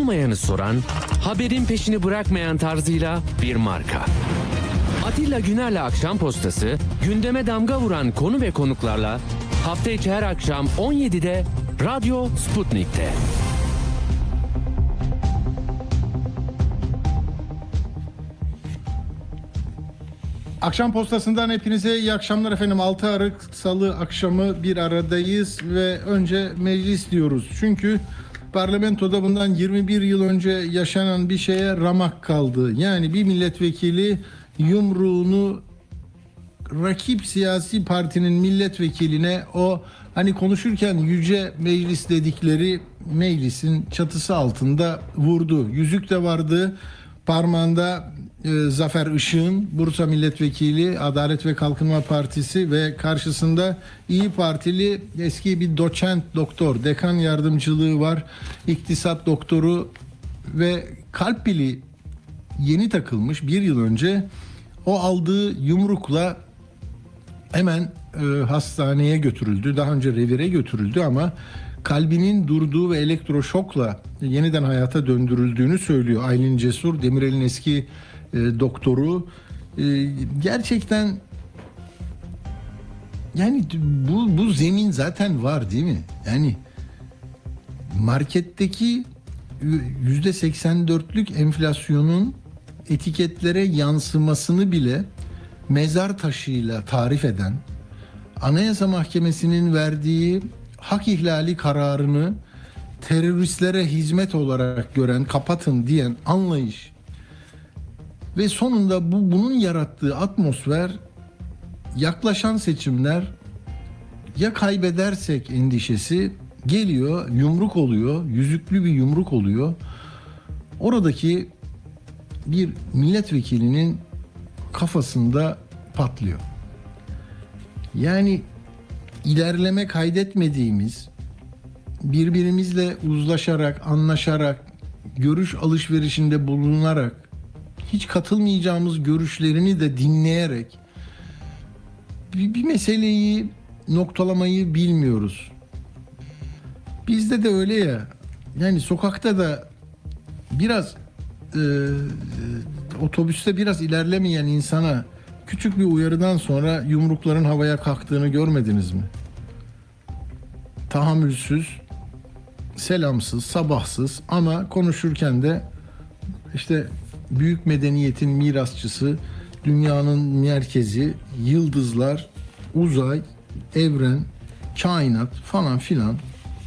olmayanı soran, haberin peşini bırakmayan tarzıyla bir marka. Atilla Güner'le Akşam Postası, gündeme damga vuran konu ve konuklarla hafta içi her akşam 17'de Radyo Sputnik'te. Akşam Postası'ndan hepinize iyi akşamlar efendim. 6 Aralık Salı akşamı bir aradayız ve önce meclis diyoruz. Çünkü parlamentoda bundan 21 yıl önce yaşanan bir şeye ramak kaldı. Yani bir milletvekili yumruğunu rakip siyasi partinin milletvekiline, o hani konuşurken yüce meclis dedikleri meclisin çatısı altında vurdu. Yüzük de vardı parmağında. Zafer Işık'ın, Bursa Milletvekili, Adalet ve Kalkınma Partisi ve karşısında İyi Partili eski bir doçent doktor, dekan yardımcılığı var, iktisat doktoru ve kalp pili yeni takılmış bir yıl önce. O aldığı yumrukla hemen hastaneye götürüldü. Daha önce revire götürüldü ama kalbinin durduğu ve elektroşokla yeniden hayata döndürüldüğünü söylüyor Aylin Cesur, Demirel'in eski doktoru. Gerçekten yani bu zemin zaten var değil mi? Yani marketteki %84'lük enflasyonun etiketlere yansımasını bile mezar taşıyla tarif eden, Anayasa Mahkemesi'nin verdiği hak ihlali kararını teröristlere hizmet olarak gören, kapatın diyen anlayış ve sonunda bunun yarattığı atmosfer, yaklaşan seçimler, ya kaybedersek endişesi geliyor, yumruk oluyor, yüzüklü bir yumruk oluyor. Oradaki bir milletvekilinin kafasında patlıyor. Yani ilerleme kaydetmediğimiz, birbirimizle uzlaşarak, anlaşarak, görüş alışverişinde bulunarak, hiç katılmayacağımız görüşlerini de dinleyerek bir meseleyi noktalamayı bilmiyoruz. Bizde de öyle ya. Yani sokakta da biraz otobüste biraz ilerlemeyen insana küçük bir uyarıdan sonra yumrukların havaya kalktığını görmediniz mi? Tahammülsüz, selamsız, sabahsız ama konuşurken de işte büyük medeniyetin mirasçısı, dünyanın merkezi, yıldızlar, uzay, evren, kainat falan filan.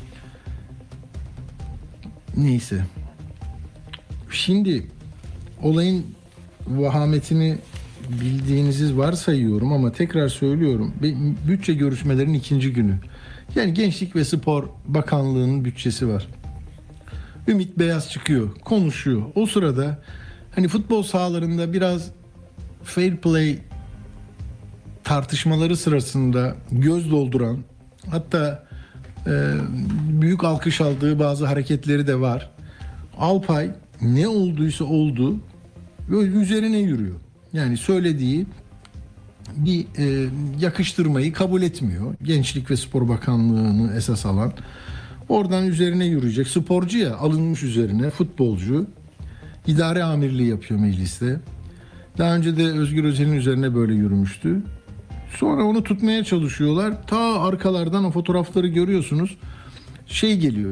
Neyse. Şimdi olayın vahametini bildiğinizi varsayıyorum ama tekrar söylüyorum. Bütçe görüşmelerinin ikinci günü. Yani Gençlik ve Spor Bakanlığı'nın bütçesi var. Ümit Beyaz çıkıyor, konuşuyor. O sırada hani futbol sahalarında biraz fair play tartışmaları sırasında göz dolduran, hatta büyük alkış aldığı bazı hareketleri de var. Alpay ne olduysa oldu, üzerine yürüyor. Yani söylediği bir yakıştırmayı kabul etmiyor. Gençlik ve Spor Bakanlığı'nı esas alan. Oradan üzerine yürüyecek. Sporcu ya, alınmış üzerine, futbolcu. İdare amirliği yapıyor mecliste. Daha önce de Özgür Özel'in üzerine böyle yürümüştü. Sonra onu tutmaya çalışıyorlar. Ta arkalardan o fotoğrafları görüyorsunuz. Şey geliyor.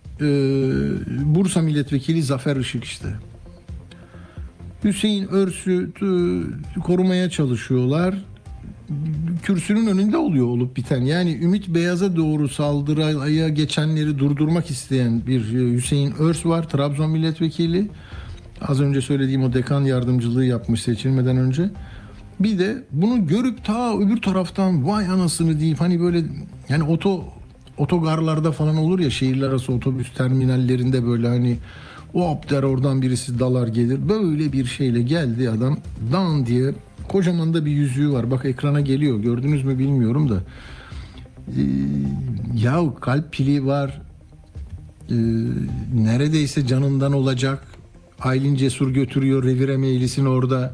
Bursa Milletvekili Zafer Işık işte. Hüseyin Örs'ü korumaya çalışıyorlar. Kürsünün önünde oluyor olup biten. Yani Ümit Beyaz'a doğru saldırıya geçenleri durdurmak isteyen bir Hüseyin Örs var. Trabzon Milletvekili. Az önce söylediğim o dekan yardımcılığı yapmış seçilmeden önce. Bir de bunu görüp ta öbür taraftan vay anasını deyip hani böyle yani otogarlarda falan olur ya, şehirler arası otobüs terminallerinde böyle hani hop der oradan birisi dalar gelir. Böyle bir şeyle geldi adam, dan diye, kocaman da bir yüzüğü var. Bak ekrana geliyor, gördünüz mü bilmiyorum da. Ya kalp pili var. Neredeyse canından olacak. Aylin Cesur götürüyor revire meclisini orada.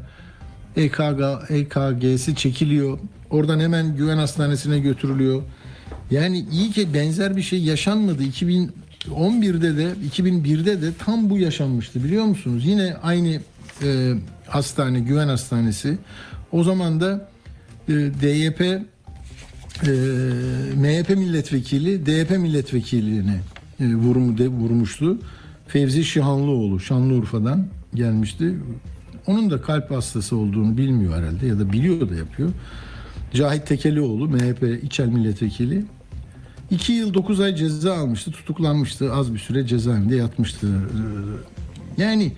EKG'si çekiliyor. Oradan hemen Güven Hastanesi'ne götürülüyor. Yani iyi ki benzer bir şey yaşanmadı. 11'de de 2001'de de tam bu yaşanmıştı, biliyor musunuz? Yine aynı hastane, Güven Hastanesi. O zaman da DYP MHP milletvekili DYP milletvekilini vurmuştu. Fevzi Şihanlıoğlu Şanlıurfa'dan gelmişti. Onun da kalp hastası olduğunu bilmiyor herhalde, ya da biliyor da yapıyor. Cahit Tekelioğlu MHP İçel milletvekili 2 yıl 9 ay ceza almıştı, tutuklanmıştı, az bir süre cezaevinde yatmıştı. Yani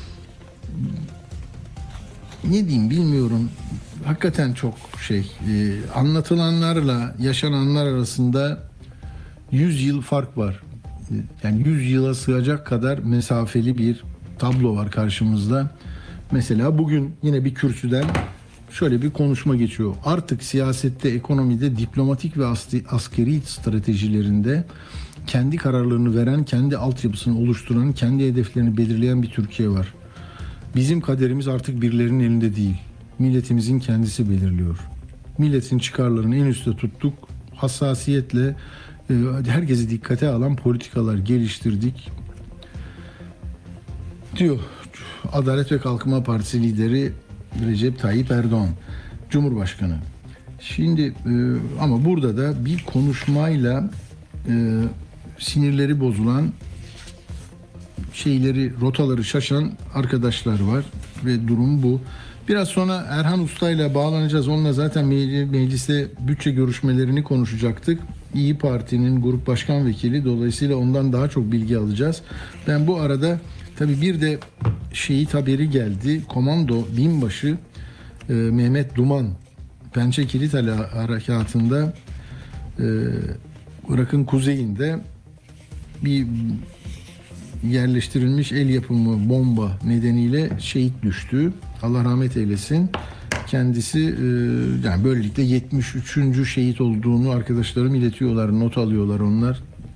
ne diyeyim bilmiyorum. Hakikaten çok anlatılanlarla yaşananlar arasında 100 yıl fark var. Yani 100 yıla sığacak kadar mesafeli bir tablo var karşımızda. Mesela bugün yine bir kürsüden şöyle bir konuşma geçiyor. Artık siyasette, ekonomide, diplomatik ve askeri stratejilerinde kendi kararlarını veren, kendi altyapısını oluşturan, kendi hedeflerini belirleyen bir Türkiye var. Bizim kaderimiz artık birilerinin elinde değil. Milletimizin kendisi belirliyor. Milletin çıkarlarını en üstte tuttuk. Hassasiyetle herkesi dikkate alan politikalar geliştirdik diyor Adalet ve Kalkınma Partisi lideri Recep Tayyip Erdoğan, Cumhurbaşkanı. Şimdi ama burada da bir konuşmayla sinirleri bozulan, rotaları şaşan arkadaşlar var ve durum bu. Biraz sonra Erhan Usta ile bağlanacağız. Onunla zaten mecliste bütçe görüşmelerini konuşacaktık. İyi Parti'nin grup başkan vekili, dolayısıyla ondan daha çok bilgi alacağız. Ben bu arada tabii bir de şehit haberi geldi. Komando binbaşı Mehmet Duman Pençe Kilit Harekatı'nda Irak'ın kuzeyinde bir yerleştirilmiş el yapımı bomba nedeniyle şehit düştü. Allah rahmet eylesin. Kendisi yani böylelikle 73. şehit olduğunu arkadaşlarım iletiyorlar, not alıyorlar onlar.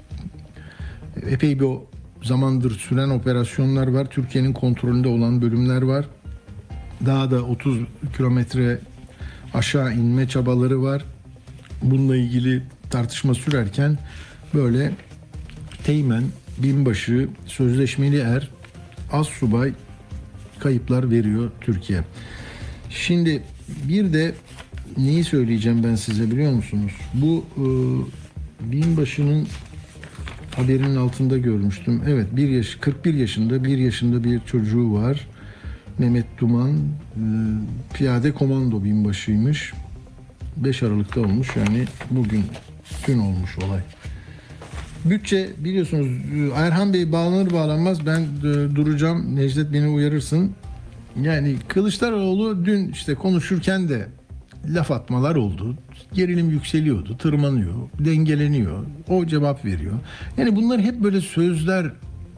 Epey bir zamandır süren operasyonlar var. Türkiye'nin kontrolünde olan bölümler var. Daha da 30 kilometre aşağı inme çabaları var. Bununla ilgili tartışma sürerken böyle teğmen, binbaşı, sözleşmeli er, astsubay kayıplar veriyor Türkiye. Şimdi bir de neyi söyleyeceğim ben size, biliyor musunuz? Bu binbaşının haberinin altında görmüştüm. Evet, 41 yaşında, 1 yaşında bir çocuğu var. Mehmet Duman piyade komando binbaşıymış. 5 Aralık'ta olmuş, yani dün olmuş olay. Bütçe, biliyorsunuz, Erhan Bey bağlanır bağlanmaz ben duracağım. Necdet beni uyarırsın. Yani Kılıçdaroğlu dün konuşurken de laf atmalar oldu. Gerilim yükseliyordu, tırmanıyor, dengeleniyor. O cevap veriyor. Yani bunlar hep böyle sözlerle,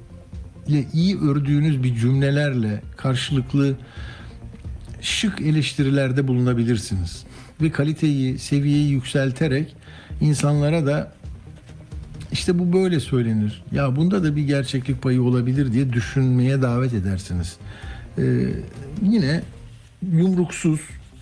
iyi ördüğünüz bir cümlelerle karşılıklı şık eleştirilerde bulunabilirsiniz. Ve kaliteyi, seviyeyi yükselterek insanlara da bu böyle söylenir, ya bunda da bir gerçeklik payı olabilir diye düşünmeye davet edersiniz. Yine yumruksuz,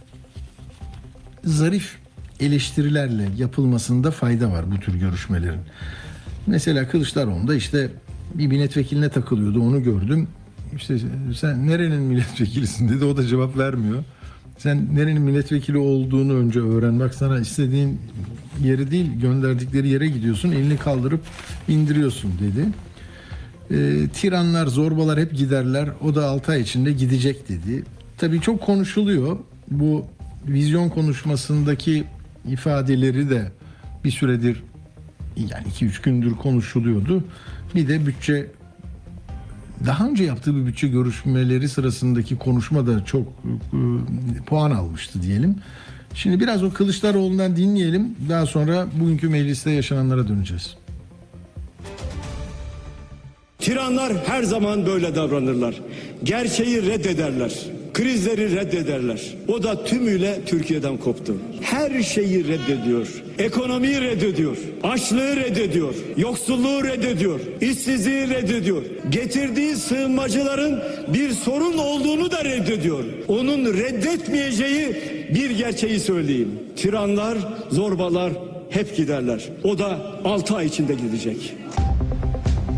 zarif eleştirilerle yapılmasında fayda var bu tür görüşmelerin. Mesela Kılıçdaroğlu da bir milletvekiline takılıyordu, onu gördüm. Sen nerenin milletvekilisin dedi, o da cevap vermiyor. Sen nerenin milletvekili olduğunu önce öğren. Bak, sana istediğin yeri değil, gönderdikleri yere gidiyorsun, elini kaldırıp indiriyorsun dedi. Tiranlar, zorbalar hep giderler. O da 6 ay içinde gidecek dedi. Tabii çok konuşuluyor. Bu vizyon konuşmasındaki ifadeleri de bir süredir, yani 2-3 gündür konuşuluyordu. Bir de bütçe, daha önce yaptığı bir bütçe görüşmeleri sırasındaki konuşma da çok puan almıştı diyelim. Şimdi biraz o Kılıçdaroğlu'ndan dinleyelim. Daha sonra bugünkü mecliste yaşananlara döneceğiz. Tiranlar her zaman böyle davranırlar. Gerçeği reddederler. Krizleri reddederler. O da tümüyle Türkiye'den koptu. Her şeyi reddediyor. Ekonomiyi reddediyor. Açlığı reddediyor. Yoksulluğu reddediyor. İşsizliği reddediyor. Getirdiği sığınmacıların bir sorun olduğunu da reddediyor. Onun reddetmeyeceği bir gerçeği söyleyeyim. Tiranlar, zorbalar hep giderler. O da 6 ay içinde gidecek.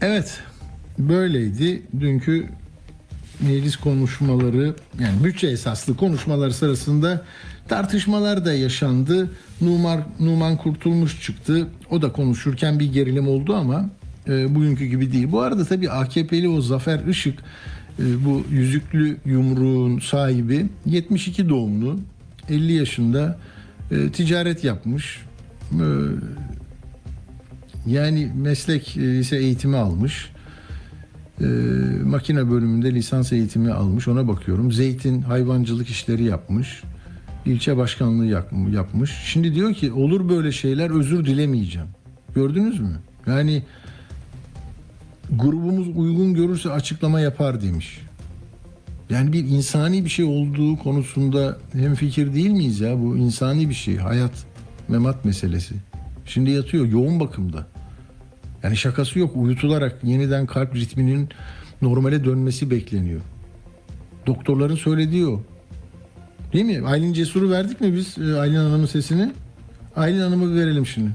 Evet, böyleydi dünkü meclis konuşmaları, yani bütçe esaslı konuşmalar sırasında tartışmalar da yaşandı. Numan Kurtulmuş çıktı. O da konuşurken bir gerilim oldu ama bugünkü gibi değil. Bu arada tabii AKP'li o Zafer Işık, bu yüzüklü yumruğun sahibi, 72 doğumlu, 50 yaşında, ticaret yapmış. Yani meslek lise eğitimi almış. Makine bölümünde lisans eğitimi almış, ona bakıyorum. Zeytin hayvancılık işleri yapmış. İlçe başkanlığı yapmış. Şimdi diyor ki olur böyle şeyler, özür dilemeyeceğim. Gördünüz mü? Yani grubumuz uygun görürse açıklama yapar demiş. Yani bir insani bir şey olduğu konusunda hemfikir değil miyiz ya? Bu insani bir şey. Hayat, memat meselesi. Şimdi yatıyor yoğun bakımda. Yani şakası yok, uyutularak yeniden kalp ritminin normale dönmesi bekleniyor. Doktorların söylediği o. Değil mi? Aylin Cesur'u verdik mi biz, Aylin Hanım'ın sesini? Aylin Hanım'ı bir verelim şimdi.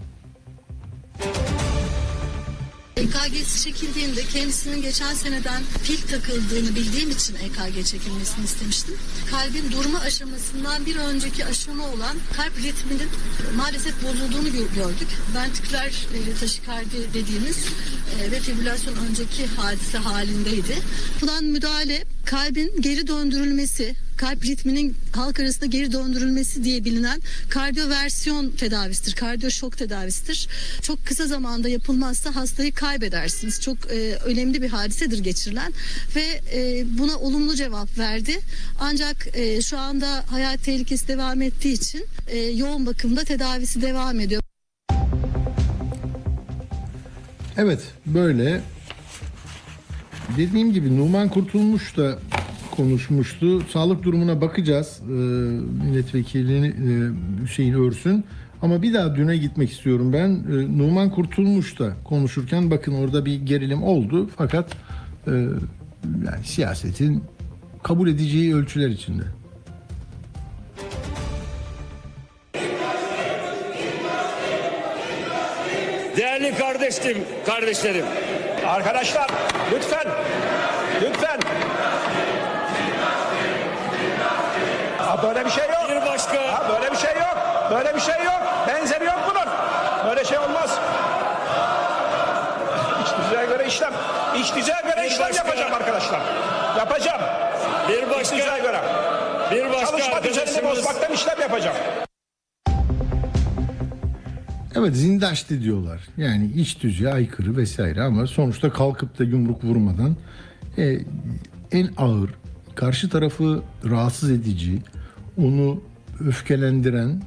EKG'si çekildiğinde kendisinin geçen seneden pil takıldığını bildiğim için EKG çekilmesini istemiştim. Kalbin durma aşamasından bir önceki aşama olan kalp ritminin maalesef bozulduğunu gördük. Ventriküler taşikardi dediğimiz ve fibrilasyon önceki hadise halindeydi. Yapılan müdahale kalbin geri döndürülmesi, kalp ritminin halk arasında geri döndürülmesi diye bilinen kardiyoversiyon tedavisidir, kardiyoşok tedavisidir. Çok kısa zamanda yapılmazsa hastayı kaybedersiniz. Çok önemli bir hadisedir geçirilen ve buna olumlu cevap verdi. Ancak şu anda hayat tehlikesi devam ettiği için yoğun bakımda tedavisi devam ediyor. Evet, böyle. Dediğim gibi Numan Kurtulmuş da konuşmuştu. Sağlık durumuna bakacağız. Milletvekili Hüseyin Örsün. Ama bir daha düne gitmek istiyorum ben. Numan Kurtulmuş da konuşurken bakın orada bir gerilim oldu. Fakat yani siyasetin kabul edeceği ölçüler içinde. Değerli kardeşlerim. Arkadaşlar lütfen. Böyle bir şey yok. Bir başka. Böyle bir şey yok. Böyle bir şey yok. Benzeri yok bunun. Böyle şey olmaz. İç düzeye göre işlem. İç düzeye göre işlem yapacağım arkadaşlar. Yapacağım. Bir başka. İç düzeye göre. Bir başka Çalışma düzenini bozmaktan işlem yapacağım. Evet, zindaşti diyorlar. Yani iç düzeye aykırı vesaire ama sonuçta kalkıp da yumruk vurmadan en ağır, karşı tarafı rahatsız edici, onu öfkelendiren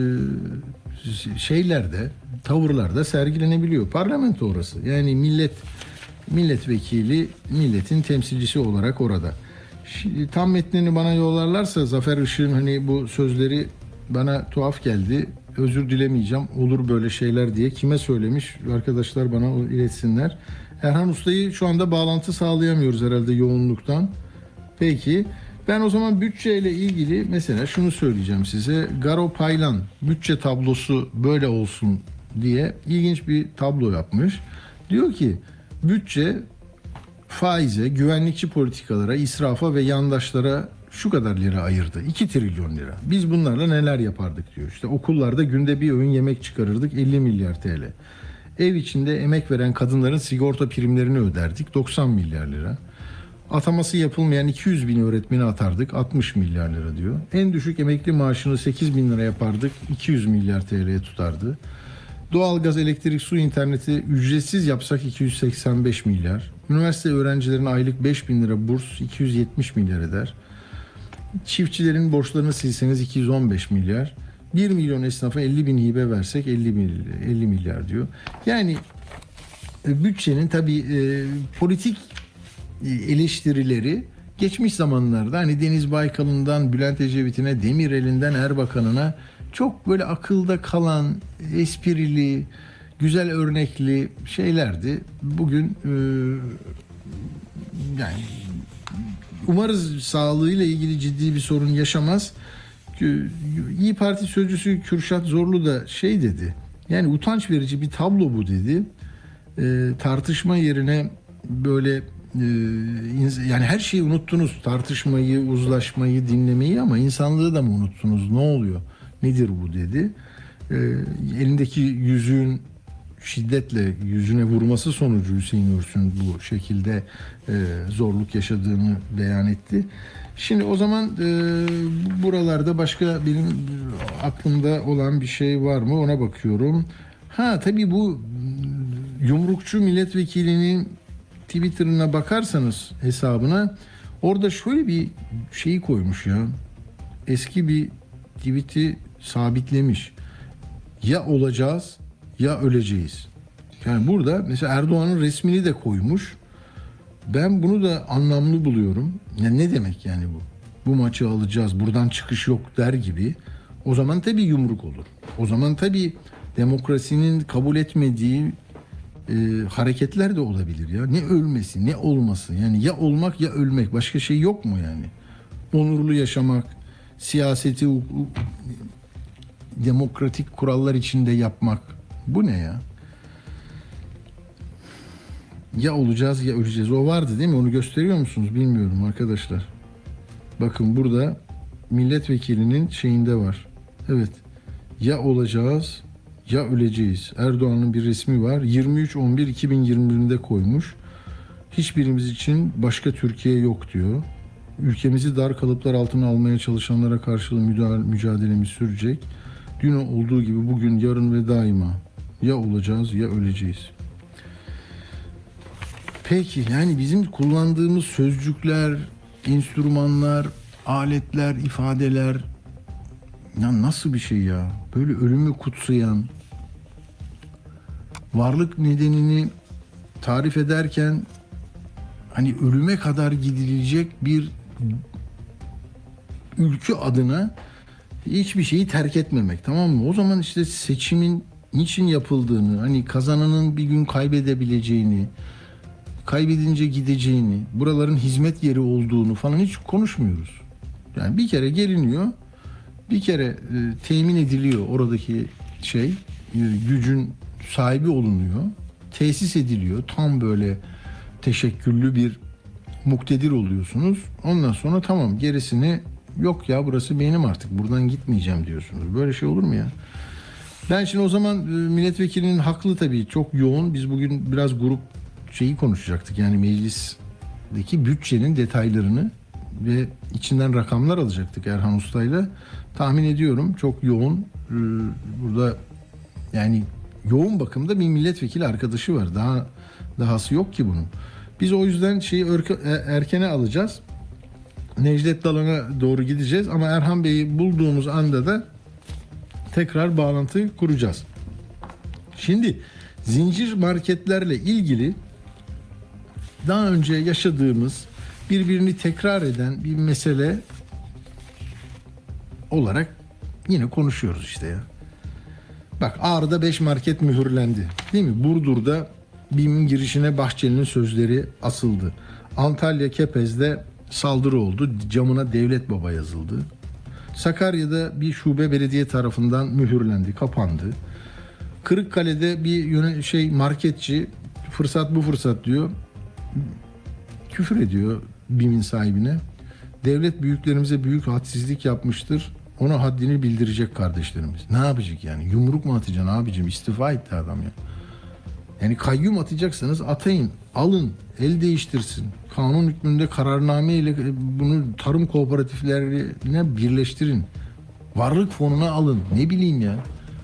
şeylerde, tavırlarda sergilenebiliyor. Parlamento orası. Yani milletvekili, milletin temsilcisi olarak orada. Şimdi, tam metnini bana yollarlarsa Zafer Işık'ın hani bu sözleri bana tuhaf geldi. Özür dilemeyeceğim, olur böyle şeyler diye. Kime söylemiş? Arkadaşlar bana iletsinler. Erhan Usta'yı şu anda bağlantı sağlayamıyoruz herhalde yoğunluktan. Peki. Ben o zaman bütçeyle ilgili mesela şunu söyleyeceğim size. Garo Paylan bütçe tablosu böyle olsun diye ilginç bir tablo yapmış. Diyor ki bütçe faize, güvenlikçi politikalara, israfa ve yandaşlara şu kadar lira ayırdı. 2 trilyon lira. Biz bunlarla neler yapardık diyor. İşte okullarda günde bir öğün yemek çıkarırdık, 50 milyar TL. Ev içinde emek veren kadınların sigorta primlerini öderdik, 90 milyar lira. Ataması yapılmayan 200 bin öğretmeni atardık, 60 milyar lira diyor. En düşük emekli maaşını 8 bin lira yapardık, 200 milyar TL'ye tutardı. Doğalgaz, elektrik, su, interneti ücretsiz yapsak 285 milyar. Üniversite öğrencilerine aylık 5 bin lira burs 270 milyar eder. Çiftçilerin borçlarını silseniz 215 milyar. 1 milyon esnafa 50 bin hibe versek 50 milyar diyor. Yani bütçenin tabii politik eleştirileri geçmiş zamanlarda hani Deniz Baykal'ından Bülent Ecevit'ine, Demirel'inden Erbakan'ına çok böyle akılda kalan, esprili, güzel örnekli şeylerdi. Bugün yani umarız sağlığıyla ilgili ciddi bir sorun yaşamaz. İYİ Parti sözcüsü Kürşat Zorlu da şey dedi. Yani utanç verici bir tablo bu dedi. tartışma yerine böyle yani her şeyi unuttunuz. Tartışmayı, uzlaşmayı, dinlemeyi, ama insanlığı da mı unuttunuz? Ne oluyor? Nedir bu dedi. Elindeki yüzüğün şiddetle yüzüne vurması sonucu Hüseyin Örsün bu şekilde zorluk yaşadığını beyan etti. Şimdi o zaman buralarda başka benim aklımda olan bir şey var mı, ona bakıyorum. Tabii bu yumrukçu milletvekilinin Twitter'ına bakarsanız, hesabına, orada şöyle bir şeyi koymuş ya. Eski bir tweet'i sabitlemiş. Ya olacağız ya öleceğiz. Yani burada mesela Erdoğan'ın resmini de koymuş. Ben bunu da anlamlı buluyorum. Ya ne demek yani bu? Bu maçı alacağız, buradan çıkış yok der gibi. O zaman tabii yumruk olur. O zaman tabii demokrasinin kabul etmediği hareketler de olabilir ya. Ne ölmesi, ne olması. Yani ya olmak ya ölmek. Başka şey yok mu yani? Onurlu yaşamak, siyaseti demokratik kurallar içinde yapmak. Bu ne ya? Ya olacağız ya öleceğiz. O vardı değil mi? Onu gösteriyor musunuz? Bilmiyorum arkadaşlar. Bakın burada milletvekilinin şeyinde var. Evet. Ya olacağız ya öleceğiz. Erdoğan'ın bir resmi var. 23.11.2021'de koymuş. Hiçbirimiz için başka Türkiye yok diyor. Ülkemizi dar kalıplar altına almaya çalışanlara karşı mücadelemiz sürecek. Dün olduğu gibi bugün, yarın ve daima. Ya olacağız ya öleceğiz. Peki yani bizim kullandığımız sözcükler, enstrümanlar, aletler, ifadeler ya nasıl bir şey ya? Böyle ölümü kutsayan, varlık nedenini tarif ederken hani ölüme kadar gidilecek bir ülke adına hiçbir şeyi terk etmemek, tamam mı? O zaman işte seçimin niçin yapıldığını, hani kazananın bir gün kaybedebileceğini, kaybedince gideceğini, buraların hizmet yeri olduğunu falan hiç konuşmuyoruz. Yani bir kere geliniyor, bir kere temin ediliyor oradaki şey, gücün sahibi olunuyor, tesis ediliyor. Tam böyle teşekküllü bir muktedir oluyorsunuz. Ondan sonra tamam, gerisini yok ya burası benim artık, buradan gitmeyeceğim diyorsunuz. Böyle şey olur mu ya? Ben şimdi o zaman milletvekilinin haklı tabii, çok yoğun. Biz bugün biraz grup şeyi konuşacaktık. Yani meclisteki bütçenin detaylarını ve içinden rakamlar alacaktık Erhan Usta'yla. Tahmin ediyorum çok yoğun. Burada yani yoğun bakımda bir milletvekili arkadaşı var. Dahası yok ki bunun. Biz o yüzden şeyi erkene alacağız. Necdet Dalan'a doğru gideceğiz ama Erhan Bey'i bulduğumuz anda da tekrar bağlantı kuracağız. Şimdi zincir marketlerle ilgili daha önce yaşadığımız, birbirini tekrar eden bir mesele olarak yine konuşuyoruz işte ya. Bak, Ağrı'da 5 market mühürlendi. Değil mi? Burdur'da BİM'in girişine Bahçeli'nin sözleri asıldı. Antalya Kepez'de saldırı oldu. Camına Devlet Baba yazıldı. Sakarya'da bir şube belediye tarafından mühürlendi, kapandı. Kırıkkale'de bir marketçi fırsat bu fırsat diyor. Küfür ediyor BİM'in sahibine. Devlet büyüklerimize büyük hadsizlik yapmıştır. Ona haddini bildirecek kardeşlerimiz. Ne yapacak yani? Yumruk mu atacaksın abicim? İstifa etti adam ya. Yani kayyum atacaksanız atayın, alın, el değiştirsin. Kanun hükmünde kararname ile bunu tarım kooperatiflerine birleştirin. Varlık fonuna alın. Ne bileyim ya.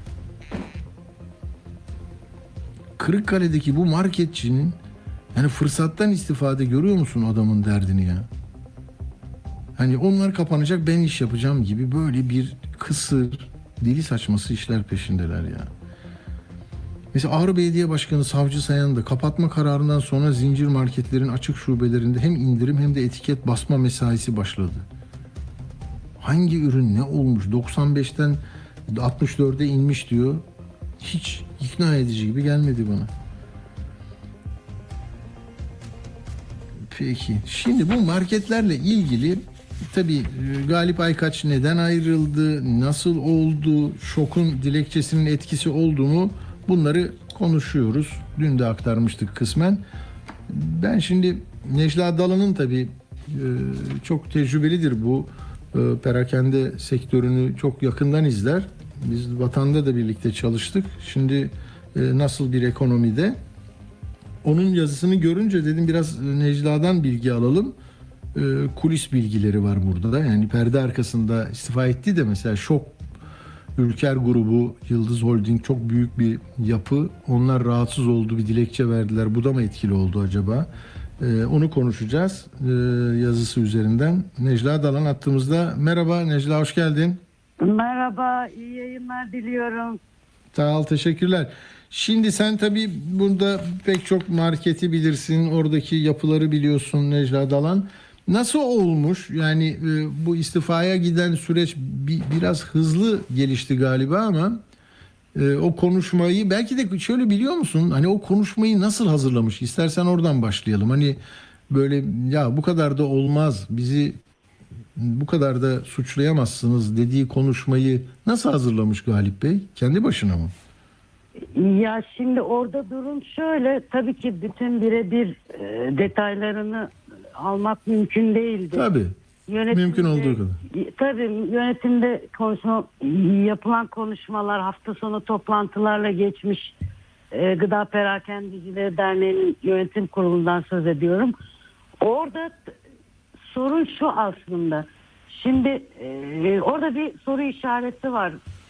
Kırıkkale'deki bu marketçinin yani fırsattan istifade, görüyor musun adamın derdini ya? Hani onlar kapanacak, ben iş yapacağım gibi böyle bir kısır, deli saçması işler peşindeler ya. Mesela Ağrı Belediye Başkanı Savcı Sayan da kapatma kararından sonra zincir marketlerin açık şubelerinde hem indirim hem de etiket basma mesaisi başladı. Hangi ürün ne olmuş? 95'ten 64'e inmiş diyor. Hiç ikna edici gibi gelmedi bana. Peki. Şimdi bu marketlerle ilgili tabii Galip Aykaç neden ayrıldı, nasıl oldu, şokun dilekçesinin etkisi oldu mu, bunları konuşuyoruz. Dün de aktarmıştık kısmen. Ben şimdi Necla Dalan'ın tabii çok tecrübelidir bu. Perakende sektörünü çok yakından izler. Biz Vatan'da da birlikte çalıştık. Şimdi nasıl bir ekonomide? Onun yazısını görünce dedim biraz Necla'dan bilgi alalım. Kulis bilgileri var burada. Yani perde arkasında istifa etti de mesela Şok Ülker grubu, Yıldız Holding çok büyük bir yapı. Onlar rahatsız oldu, bir dilekçe verdiler. Bu da mı etkili oldu acaba? Onu konuşacağız yazısı üzerinden. Necla Dalan attığımızda. Merhaba Necla, hoş geldin. Merhaba, iyi yayınlar diliyorum. Sağ ol, teşekkürler. Şimdi sen tabii burada pek çok marketi bilirsin, oradaki yapıları biliyorsun Necla Dalan. Nasıl olmuş? Yani bu istifaya giden süreç biraz hızlı gelişti galiba ama o konuşmayı belki de şöyle biliyor musun? Hani o konuşmayı nasıl hazırlamış? İstersen oradan başlayalım. Hani böyle ya bu kadar da olmaz, bizi bu kadar da suçlayamazsınız dediği konuşmayı nasıl hazırlamış Galip Bey? Kendi başına mı? Ya şimdi orada durum şöyle, tabii ki bütün birebir detaylarını almak mümkün değildi. Tabii. Mümkün olduğu kadar. Tabii yönetimde yapılan konuşmalar, hafta sonu toplantılarla geçmiş. Gıda Perakendecileri Derneği'nin yönetim kurulundan söz ediyorum. Orada sorun şu aslında. Şimdi orada bir soru işareti var.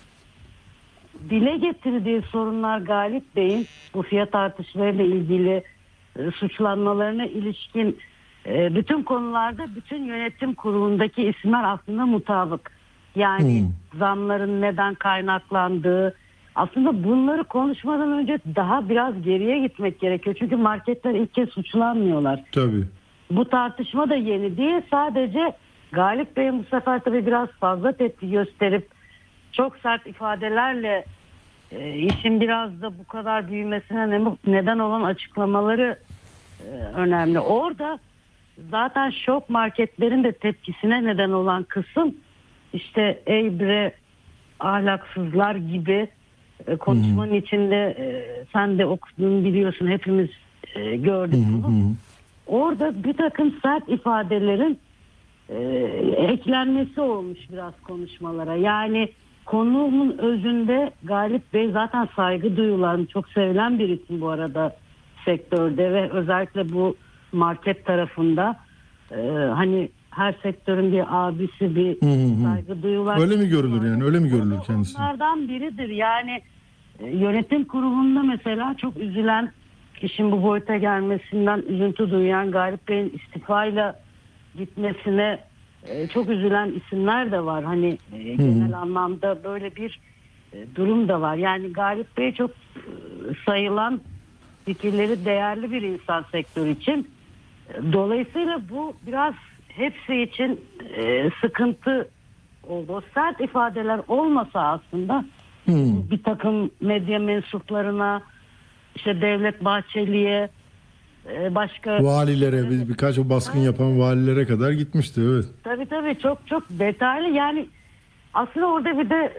Dile getirdiği sorunlar Galip Bey'in bu fiyat artışlarıyla ilgili suçlanmalarına ilişkin bütün konularda bütün yönetim kurulundaki isimler aslında mutabık. Yani zamların neden kaynaklandığı, aslında bunları konuşmadan önce daha biraz geriye gitmek gerekiyor. Çünkü marketler ilk kez suçlanmıyorlar. Tabii. Bu tartışma da yeni değil. Sadece Galip Bey'in bu sefer tabii biraz fazla tepki gösterip çok sert ifadelerle işin biraz da bu kadar büyümesine neden olan açıklamaları önemli. Orada zaten şok marketlerin de tepkisine neden olan kısım işte ey bre ahlaksızlar gibi konuşmanın içinde sen de okudun biliyorsun, hepimiz gördük bunu. Orada bir takım sert ifadelerin eklenmesi olmuş biraz konuşmalara. Yani konunun özünde Galip Bey zaten saygı duyulan, çok sevilen bir isim bu arada sektörde ve özellikle bu market tarafında. Hani her sektörün bir abisi, bir saygı duyulan. Öyle mi görülür yani? Öyle mi görülür kendisi? Onlardan biridir. Yani yönetim kurulunda mesela çok üzülen, işin bu boyuta gelmesinden üzüntü duyan, Galip Bey'in istifayla gitmesine çok üzülen isimler de var. Hani genel anlamda böyle bir durum da var. Yani Galip Bey çok sayılan, fikirleri değerli bir insan sektör için. Dolayısıyla bu biraz hepsi için sıkıntı oldu. O sert ifadeler olmasa aslında bir takım medya mensuplarına, işte Devlet Bahçeli'ye, başka valilere, birkaç o baskın yapan valilere kadar gitmişti, evet. Tabii çok çok detaylı. Yani aslında orada bir de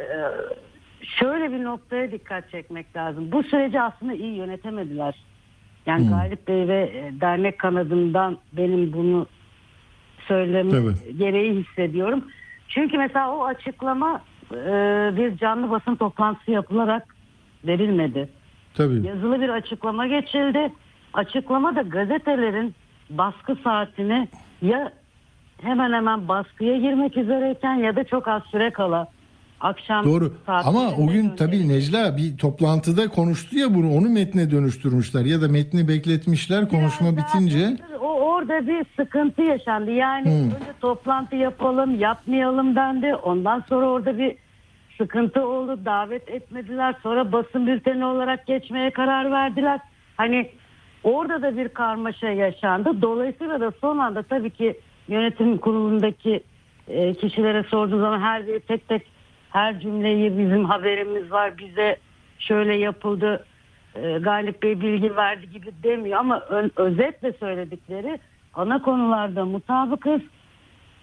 şöyle bir noktaya dikkat çekmek lazım. Bu süreci aslında iyi yönetemediler. Yani Galip Bey ve dernek kanadından benim bunu söylemem gereği hissediyorum. Çünkü mesela o açıklama bir canlı basın toplantısı yapılarak verilmedi. Tabii. Yazılı bir açıklama geçildi. Açıklamada gazetelerin baskı saatini ya hemen hemen baskıya girmek üzereyken ya da çok az süre kala akşam. Doğru. Ama o gün tabii Necla bir toplantıda konuştu ya, bunu onu metne dönüştürmüşler ya da metni bekletmişler konuşma bitince. Orada bir sıkıntı yaşandı. Yani önce toplantı yapalım, yapmayalım dendi. Ondan sonra orada bir sıkıntı oldu. Davet etmediler. Sonra basın bülteni olarak geçmeye karar verdiler. Hani orada da bir karmaşa yaşandı. Dolayısıyla da son anda tabii ki yönetim kurulundaki kişilere sorduğu zaman her biri tek tek her cümleyi bizim haberimiz var, bize şöyle yapıldı, Galip Bey bilgi verdi gibi demiyor ama özetle söyledikleri ana konularda mutabıkız.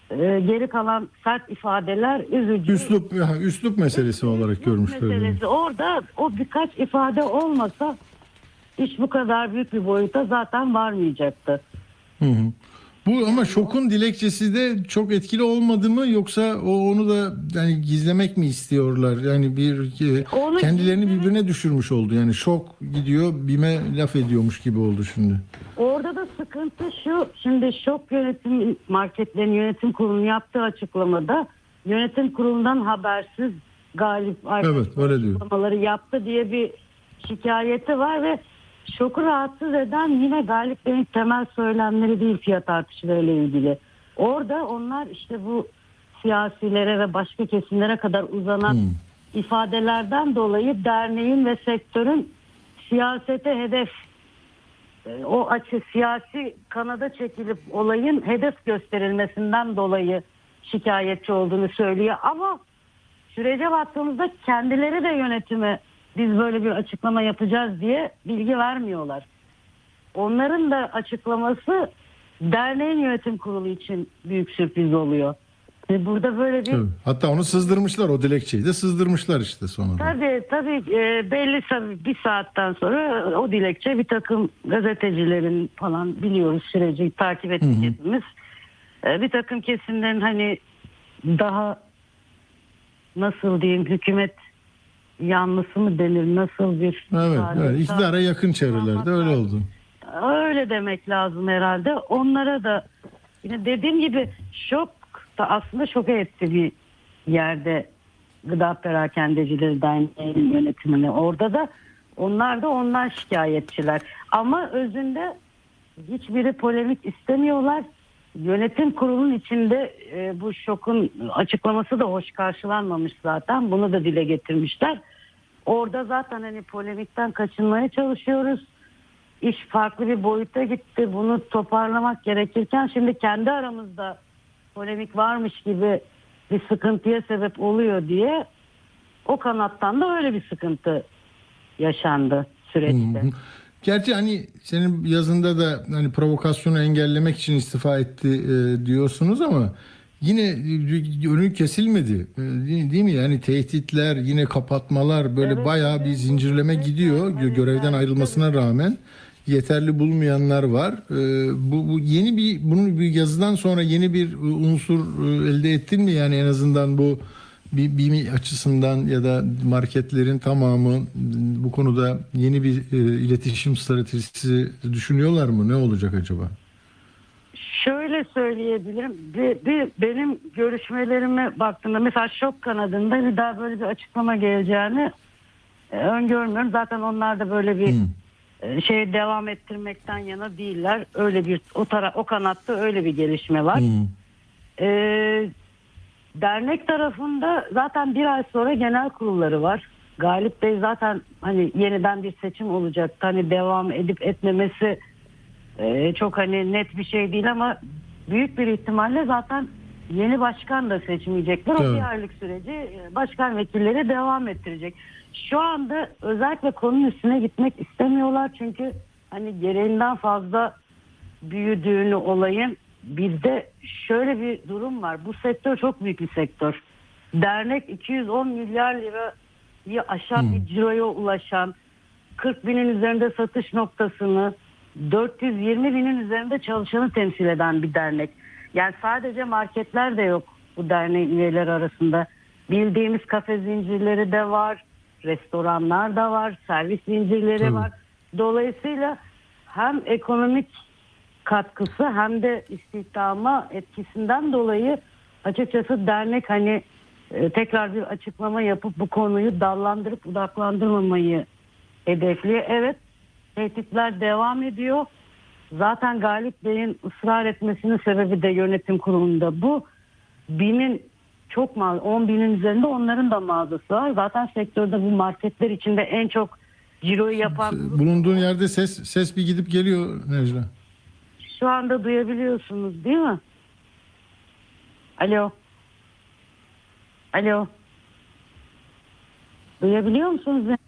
geri kalan sert ifadeler üzücü. Üslup meselesi olarak görmüşler. Meselesi. Orada o birkaç ifade olmasa iş bu kadar büyük bir boyuta zaten varmayacaktı. Hı hı. Bu ama şokun dilekçesi de çok etkili olmadı mı, yoksa onu da yani gizlemek mi istiyorlar? Yani kendilerini birbirine düşürmüş oldu. Yani şok gidiyor, BİM'e laf ediyormuş gibi oldu şimdi. Orada da sıkıntı şu. Şimdi şok yönetim marketlerin yönetim kurulunun yaptığı açıklamada yönetim kurulundan habersiz Galip açıklamaları yaptı diye bir şikayeti var ve şoku rahatsız eden yine Galip Bey'in temel söylemleri değil, fiyat artışlarıyla ilgili. Orada onlar işte bu siyasilere ve başka kesimlere kadar uzanan ifadelerden dolayı derneğin ve sektörün siyasete hedef, o siyasi kanada çekilip olayın hedef gösterilmesinden dolayı şikayetçi olduğunu söylüyor. Ama sürece baktığımızda kendileri de yönetime biz böyle bir açıklama yapacağız diye bilgi vermiyorlar. Onların da açıklaması derneğin yönetim kurulu için büyük sürpriz oluyor. Burada böyle bir... Hatta onu sızdırmışlar, o dilekçeyi de sızdırmışlar işte sonunda. Tabii belli bir saatten sonra o dilekçe bir takım gazetecilerin falan, biliyoruz süreci takip ettik hepimiz. Bir takım kesimlerin hani daha nasıl diyeyim, hükümet yanlısı mı denir, nasıl bir... Evet, iktidara yakın çevrelerde öyle oldu. Öyle demek lazım herhalde. Onlara da yine dediğim gibi şok da aslında şoka etti bir yerde Gıda Perakendecileri Derneği'nin yönetimini. Orada da onlar da ondan şikayetçiler. Ama özünde hiçbiri polemik istemiyorlar. Yönetim kurulunun içinde bu şokun açıklaması da hoş karşılanmamış zaten. Bunu da dile getirmişler. Orada zaten hani polemikten kaçınmaya çalışıyoruz. İş farklı bir boyuta gitti. Bunu toparlamak gerekirken şimdi kendi aramızda polemik varmış gibi bir sıkıntıya sebep oluyor diye o kanattan da öyle bir sıkıntı yaşandı süreçte. Gerçi hani senin yazında da hani provokasyonu engellemek için istifa etti diyorsunuz ama yine önü kesilmedi. Değil mi? Yani tehditler, yine kapatmalar, böyle bayağı bir zincirleme gidiyor. Görevden ayrılmasına rağmen yeterli bulmayanlar var. Bu yeni bunu bir yazıdan sonra yeni bir unsur elde ettin mi? Yani en azından bu BİM açısından ya da marketlerin tamamı bu konuda yeni bir iletişim stratejisi düşünüyorlar mı? Ne olacak acaba? Şöyle söyleyebilirim. Benim görüşmelerime baktığımda mesela şok kanadında bir daha böyle bir açıklama geleceğini öngörmüyorum. Zaten onlar da böyle bir devam ettirmekten yana değiller. Öyle bir o kanatta öyle bir gelişme var. Dernek tarafında zaten bir ay sonra genel kurulları var. Galip Bey zaten hani yeniden bir seçim olacak. Hani devam edip etmemesi çok hani net bir şey değil ama büyük bir ihtimalle zaten yeni başkan da seçmeyecekler. O bir aylık süreci başkan vekilleri devam ettirecek. Şu anda özellikle konunun üstüne gitmek istemiyorlar çünkü hani gereğinden fazla büyüdüğünü olayın. Bizde şöyle bir durum var. Bu sektör çok büyük bir sektör. Dernek 210 milyar lirayı aşan bir ciroya ulaşan, 40 binin üzerinde satış noktasını, 420 binin üzerinde çalışanı temsil eden bir dernek. Yani sadece marketler de yok bu derneğin üyeleri arasında. Bildiğimiz kafe zincirleri de var, restoranlar da var, servis zincirleri var. Dolayısıyla hem ekonomik katkısı hem de istihdama etkisinden dolayı açıkçası dernek hani tekrar bir açıklama yapıp bu konuyu dallandırıp budaklandırmamayı hedefliyor. Evet, tehditler devam ediyor. Zaten Galip Bey'in ısrar etmesinin sebebi de yönetim kurulunda bu. BİM'in 10 binin üzerinde onların da mağazası var. Zaten sektörde bu marketler içinde en çok ciroyu yapan... Bulunduğun yerde ses bir gidip geliyor Necla. Şu anda duyabiliyorsunuz değil mi? Alo. Alo. Duyabiliyor musunuz beni?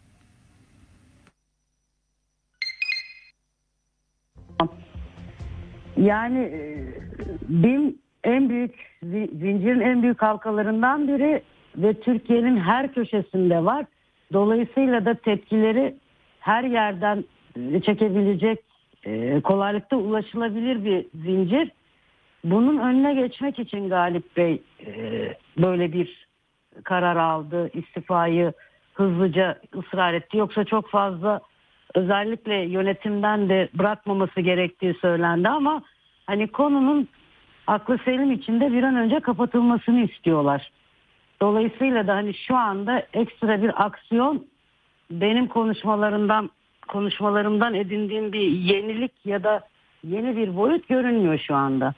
Yani BİM zincirin en büyük halkalarından biri ve Türkiye'nin her köşesinde var. Dolayısıyla da tepkileri her yerden çekebilecek, kolaylıkla ulaşılabilir bir zincir. Bunun önüne geçmek için Galip Bey böyle bir karar aldı. İstifayı hızlıca ısrar etti. Yoksa çok fazla özellikle yönetimden de bırakmaması gerektiği söylendi ama hani konunun aklı selim içinde bir an önce kapatılmasını istiyorlar. Dolayısıyla da hani şu anda ekstra bir aksiyon benim konuşmalarımdan edindiğim bir yenilik ya da yeni bir boyut görünmüyor şu anda.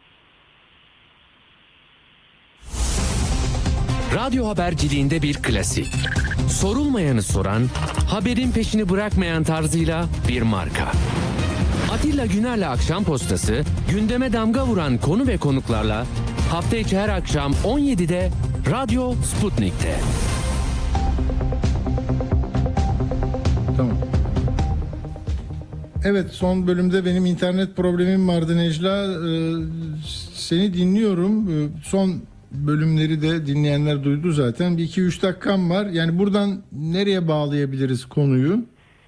Radyo haberciliğinde bir klasik. Sorulmayanı soran, haberin peşini bırakmayan tarzıyla bir marka. Atilla Güner'le Akşam Postası, gündeme damga vuran konu ve konuklarla hafta içi her akşam 17'de Radyo Sputnik'te. Tamam. Evet, son bölümde benim internet problemim vardı Necla. Seni dinliyorum. Son bölümleri de dinleyenler duydu zaten. Bir 2-3 dakikam var. Yani buradan nereye bağlayabiliriz konuyu?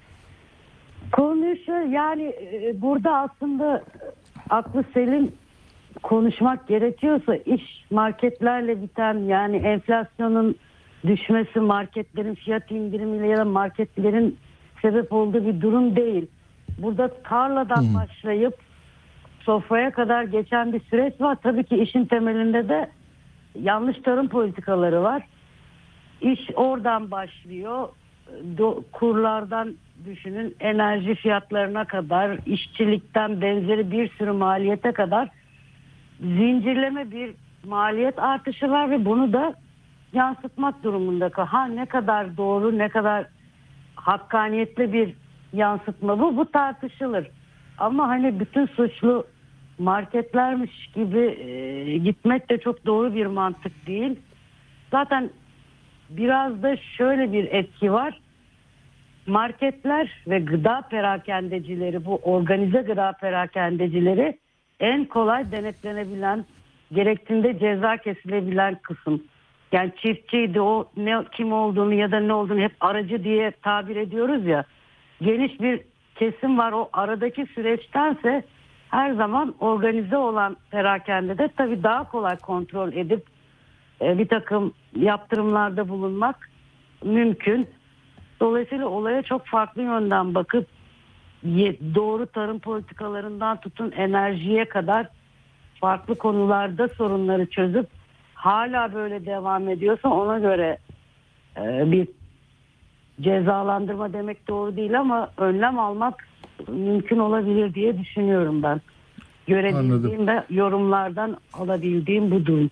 Konuyu yani burada aslında aklı selim konuşmak gerekiyorsa iş marketlerle biten, yani enflasyonun düşmesi marketlerin fiyat indirimiyle ya da marketlerin sebep olduğu bir durum değil. Burada tarladan başlayıp sofraya kadar geçen bir süreç var. Tabii ki işin temelinde de yanlış tarım politikaları var. İş oradan başlıyor. Kurlardan düşünün, enerji fiyatlarına kadar, işçilikten benzeri bir sürü maliyete kadar zincirleme bir maliyet artışı var ve bunu da yansıtmak durumunda. Ne kadar doğru, ne kadar hakkaniyetli bir yansıtma bu tartışılır. Ama hani bütün suçlu marketlermiş gibi gitmek de çok doğru bir mantık değil. Zaten biraz da şöyle bir etki var. Marketler ve gıda perakendecileri, bu organize gıda perakendecileri en kolay denetlenebilen, gerektiğinde ceza kesilebilen kısım. Yani çiftçiydi, o kim olduğunu ya da ne olduğunu hep aracı diye tabir ediyoruz ya. Geniş bir kesim var, o aradaki süreçtense her zaman organize olan perakendede tabii daha kolay kontrol edip bir takım yaptırımlarda bulunmak mümkün. Dolayısıyla olaya çok farklı yönden bakıp doğru tarım politikalarından tutun enerjiye kadar farklı konularda sorunları çözüp hala böyle devam ediyorsa ona göre bir cezalandırma demek doğru değil ama önlem almak mümkün olabilir diye düşünüyorum ben. Görebildiğim ve yorumlardan alabildiğim bu durum.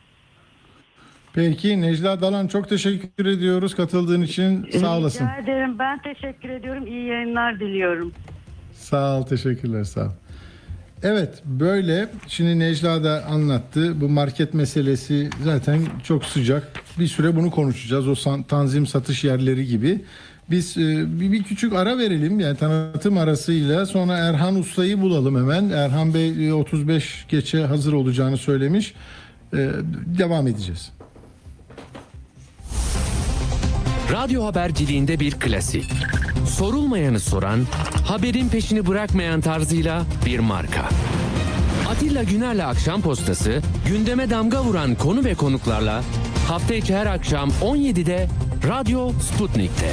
Peki Necla Dalan, çok teşekkür ediyoruz katıldığın için. Sağ olasın. Rica ederim. Ben teşekkür ediyorum. İyi yayınlar diliyorum. Sağ ol, teşekkürler, sağ ol. Evet, böyle. Şimdi Necla da anlattı. Bu market meselesi zaten çok sıcak. Bir süre bunu konuşacağız. O tanzim satış yerleri gibi. Biz bir küçük ara verelim. Yani tanıtım arasıyla sonra Erhan Usta'yı bulalım hemen. Erhan Bey 35 geçe hazır olacağını söylemiş. Devam edeceğiz. Radyo haberciliğinde bir klasik. Sorulmayanı soran, haberin peşini bırakmayan tarzıyla bir marka. Atilla Güner'le Akşam Postası, gündeme damga vuran konu ve konuklarla hafta içi her akşam 17'de Radyo Sputnik'te.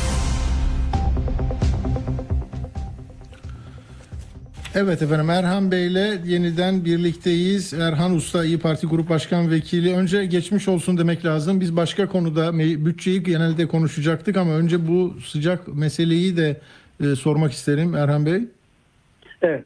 Evet efendim, Erhan Bey'le yeniden birlikteyiz. Erhan Usta, İYİ Parti Grup Başkan Vekili. Önce geçmiş olsun demek lazım. Biz başka konuda bütçeyi genelde konuşacaktık ama önce bu sıcak meseleyi de sormak isterim Erhan Bey. Evet.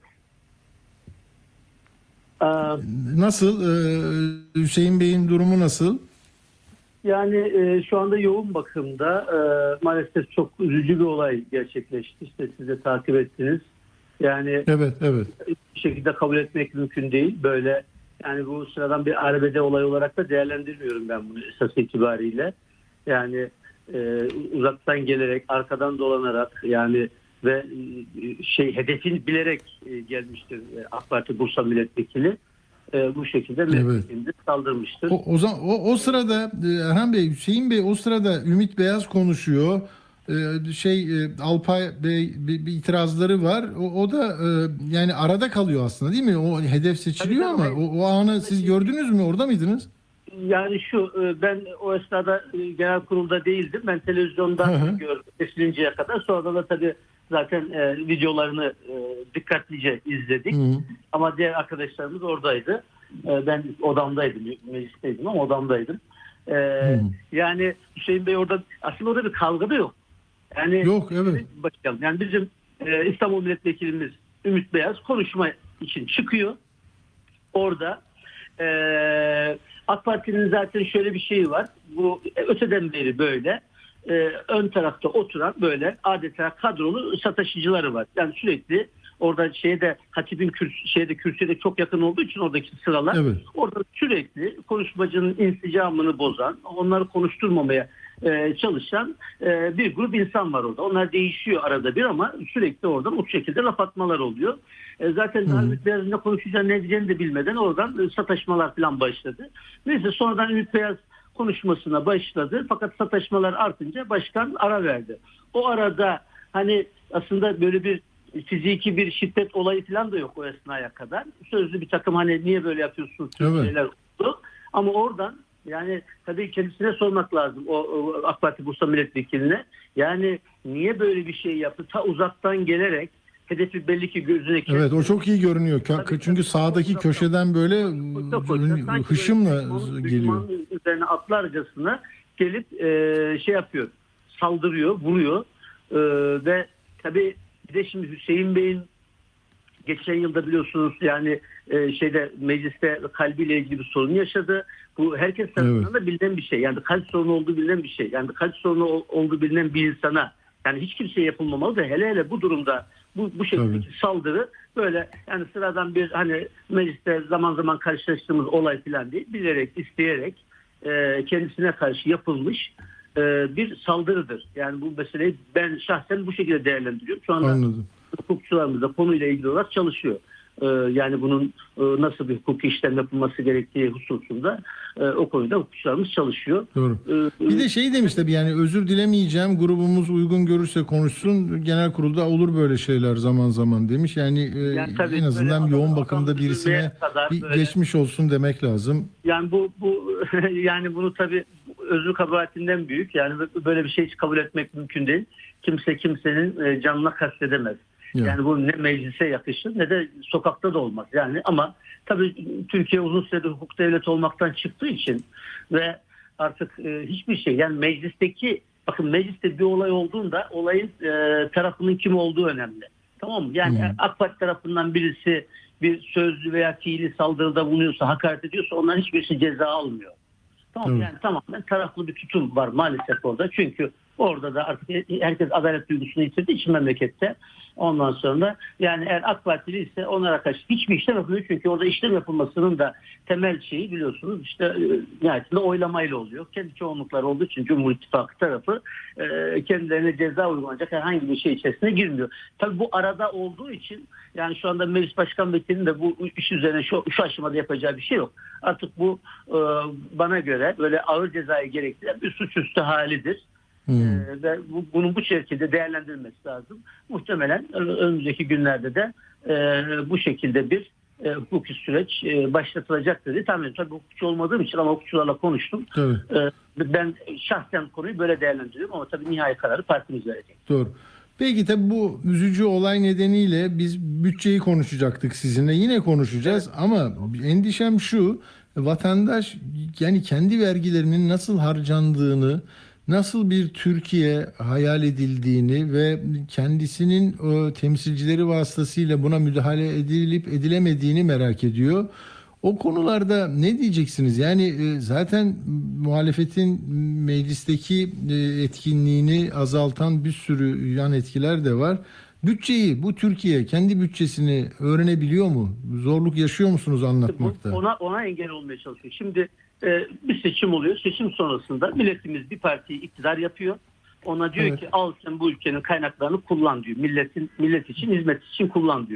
Nasıl? Hüseyin Bey'in durumu nasıl? Yani şu anda yoğun bakımda. Maalesef çok üzücü bir olay gerçekleşti. İşte siz de takip ettiniz. Yani evet. bir şekilde kabul etmek mümkün değil. Böyle, yani bu sıradan bir arbede olay olarak da değerlendirmiyorum ben bunu esas itibariyle. Yani uzaktan gelerek, arkadan dolanarak yani ve hedefini bilerek gelmiştir AK Parti Bursa Milletvekili. bu şekilde milletvekilimize saldırmıştır. O sırada Erhan Bey, Hüseyin Bey o sırada Ümit Beyaz konuşuyor. Alpay Bey bir itirazları var. O da yani arada kalıyor aslında değil mi? O hedef seçiliyor ama o anı siz gördünüz mü? Orada mıydınız? Yani ben o esnada genel kurulda değildim. Ben televizyondan gördüm kesilinceye kadar. Sonra da tabii zaten videolarını dikkatlice izledik. Ama diğer arkadaşlarımız oradaydı. Ben odamdaydım, meclisteydim ama odamdaydım. Yani Hüseyin Bey aslında orada bir kavga da yok. Yani yok, evet. Bakalım. Yani bizim İstanbul Milletvekilimiz Ümit Beyaz konuşma için çıkıyor. Orada AK Parti'nin zaten şöyle bir şeyi var. Bu öteden beri böyle. Ön tarafta oturan böyle adeta kadrolu sataşıcıları var. Yani sürekli orada hatibin kürsüye de çok yakın olduğu için oradaki sıralar. Evet. Orada sürekli konuşmacının insicamını bozan, onları konuşturmamaya çalışan bir grup insan var orada. Onlar değişiyor arada bir ama sürekli oradan o şekilde laf atmalar oluyor. Zaten Ümit Beyaz'ın ne konuşacağını ne diyeceğini de bilmeden oradan sataşmalar falan başladı. Neyse sonradan Ümit Beyaz konuşmasına başladı. Fakat sataşmalar artınca başkan ara verdi. O arada hani aslında böyle bir fiziki bir şiddet olayı falan da yok o esnaya kadar. Sözlü bir takım hani niye böyle yapıyorsunuz şeyler oldu. Ama oradan yani tabii kendisine sormak lazım o AK Parti Bursa Milletvekiline. Yani niye böyle bir şey yaptı? Ta uzaktan gelerek hedefi belli ki gözüne kesti. Evet, o çok iyi görünüyor. Çünkü sağdaki köşeden böyle hışımla geliyor. Üzerine atlarcasına gelip yapıyor. Saldırıyor, vuruyor. Ve tabii bir de şimdi Hüseyin Bey'in geçen yılda biliyorsunuz yani mecliste kalbiyle ilgili bir sorun yaşadı. Bu herkes tarafından da bilinen bir şey. Yani kalp sorunu olduğu bilinen bir şey. Yani kalp sorunu olduğu bilinen bir insana yani hiç kimseye yapılmamalı da hele bu durumda bu şekildeki saldırı böyle yani sıradan bir hani mecliste zaman zaman karşılaştığımız olay falan değil. Bilerek, isteyerek kendisine karşı yapılmış bir saldırıdır. Yani bu meseleyi ben şahsen bu şekilde değerlendiriyorum. Şu anda hukukçularımız da konuyla ilgili olarak çalışıyor. Yani bunun nasıl bir hukuki işlem yapılması gerektiği hususunda o konuda hukukçularımız çalışıyor. Doğru. Bir de demiş tabii yani özür dilemeyeceğim, grubumuz uygun görürse konuşsun, genel kurulda olur böyle şeyler zaman zaman demiş. Yani en azından yoğun bakımda birisine geçmiş olsun demek lazım. Yani bu yani bunu tabii özür kabahatinden büyük. Yani böyle bir şey hiç kabul etmek mümkün değil. Kimse kimsenin canına kastedemez. Yani bu ne meclise yakışır ne de sokakta da olmaz. Yani ama tabii Türkiye uzun süredir hukuk devleti olmaktan çıktığı için ve artık hiçbir şey yani mecliste bir olay olduğunda olayın tarafının kim olduğu önemli. Tamam mı? Yani AK Parti tarafından birisi bir sözlü veya fiili saldırıda bulunuyorsa, hakaret ediyorsa onların hiçbirisi ceza almıyor. Tamam yani tamamen taraflı bir tutum var maalesef orada. Çünkü orada da artık herkes adalet duygusunu yitirdiği için memlekette. Ondan sonra yani eğer AK Partili ise onlara karşı hiçbir işlem yapmıyor. Çünkü orada işlem yapılmasının da temel şeyi biliyorsunuz nihayetinde oylamayla oluyor. Kendi çoğunlukları olduğu için Cumhur İttifakı tarafı kendilerine ceza uygulanacak herhangi bir şey içerisine girmiyor. Tabii bu arada olduğu için yani şu anda Meclis Başkan Vekili'nin de bu iş üzerine şu aşamada yapacağı bir şey yok. Artık bu bana göre böyle ağır cezayı gerektiren bir suçüstü halidir. Ve bunun bu şekilde değerlendirilmesi lazım. Muhtemelen önümüzdeki günlerde de bu şekilde bir hukuki süreç başlatılacaktır diye tahmin ediyorum. Tabii hukukçu olmadığım için ama hukukçularla konuştum. Ben şahsen konuyu böyle değerlendiriyorum ama tabii nihai kararı partimiz verecek. Doğru. Peki tabii bu üzücü olay nedeniyle biz bütçeyi konuşacaktık sizinle. Yine konuşacağız ama endişem şu: vatandaş yani kendi vergilerinin nasıl harcandığını, nasıl bir Türkiye hayal edildiğini ve kendisinin temsilcileri vasıtasıyla buna müdahale edilip edilemediğini merak ediyor. O konularda ne diyeceksiniz? Yani zaten muhalefetin meclisteki etkinliğini azaltan bir sürü yan etkiler de var. Bütçeyi, bu Türkiye kendi bütçesini öğrenebiliyor mu? Zorluk yaşıyor musunuz anlatmakta? Ona engel olmaya çalışıyor. Şimdi bir seçim oluyor. Seçim sonrasında milletimiz bir partiyi iktidar yapıyor. Ona diyor ki al sen bu ülkenin kaynaklarını kullan diyor. Millet için, hizmet için kullan diyor.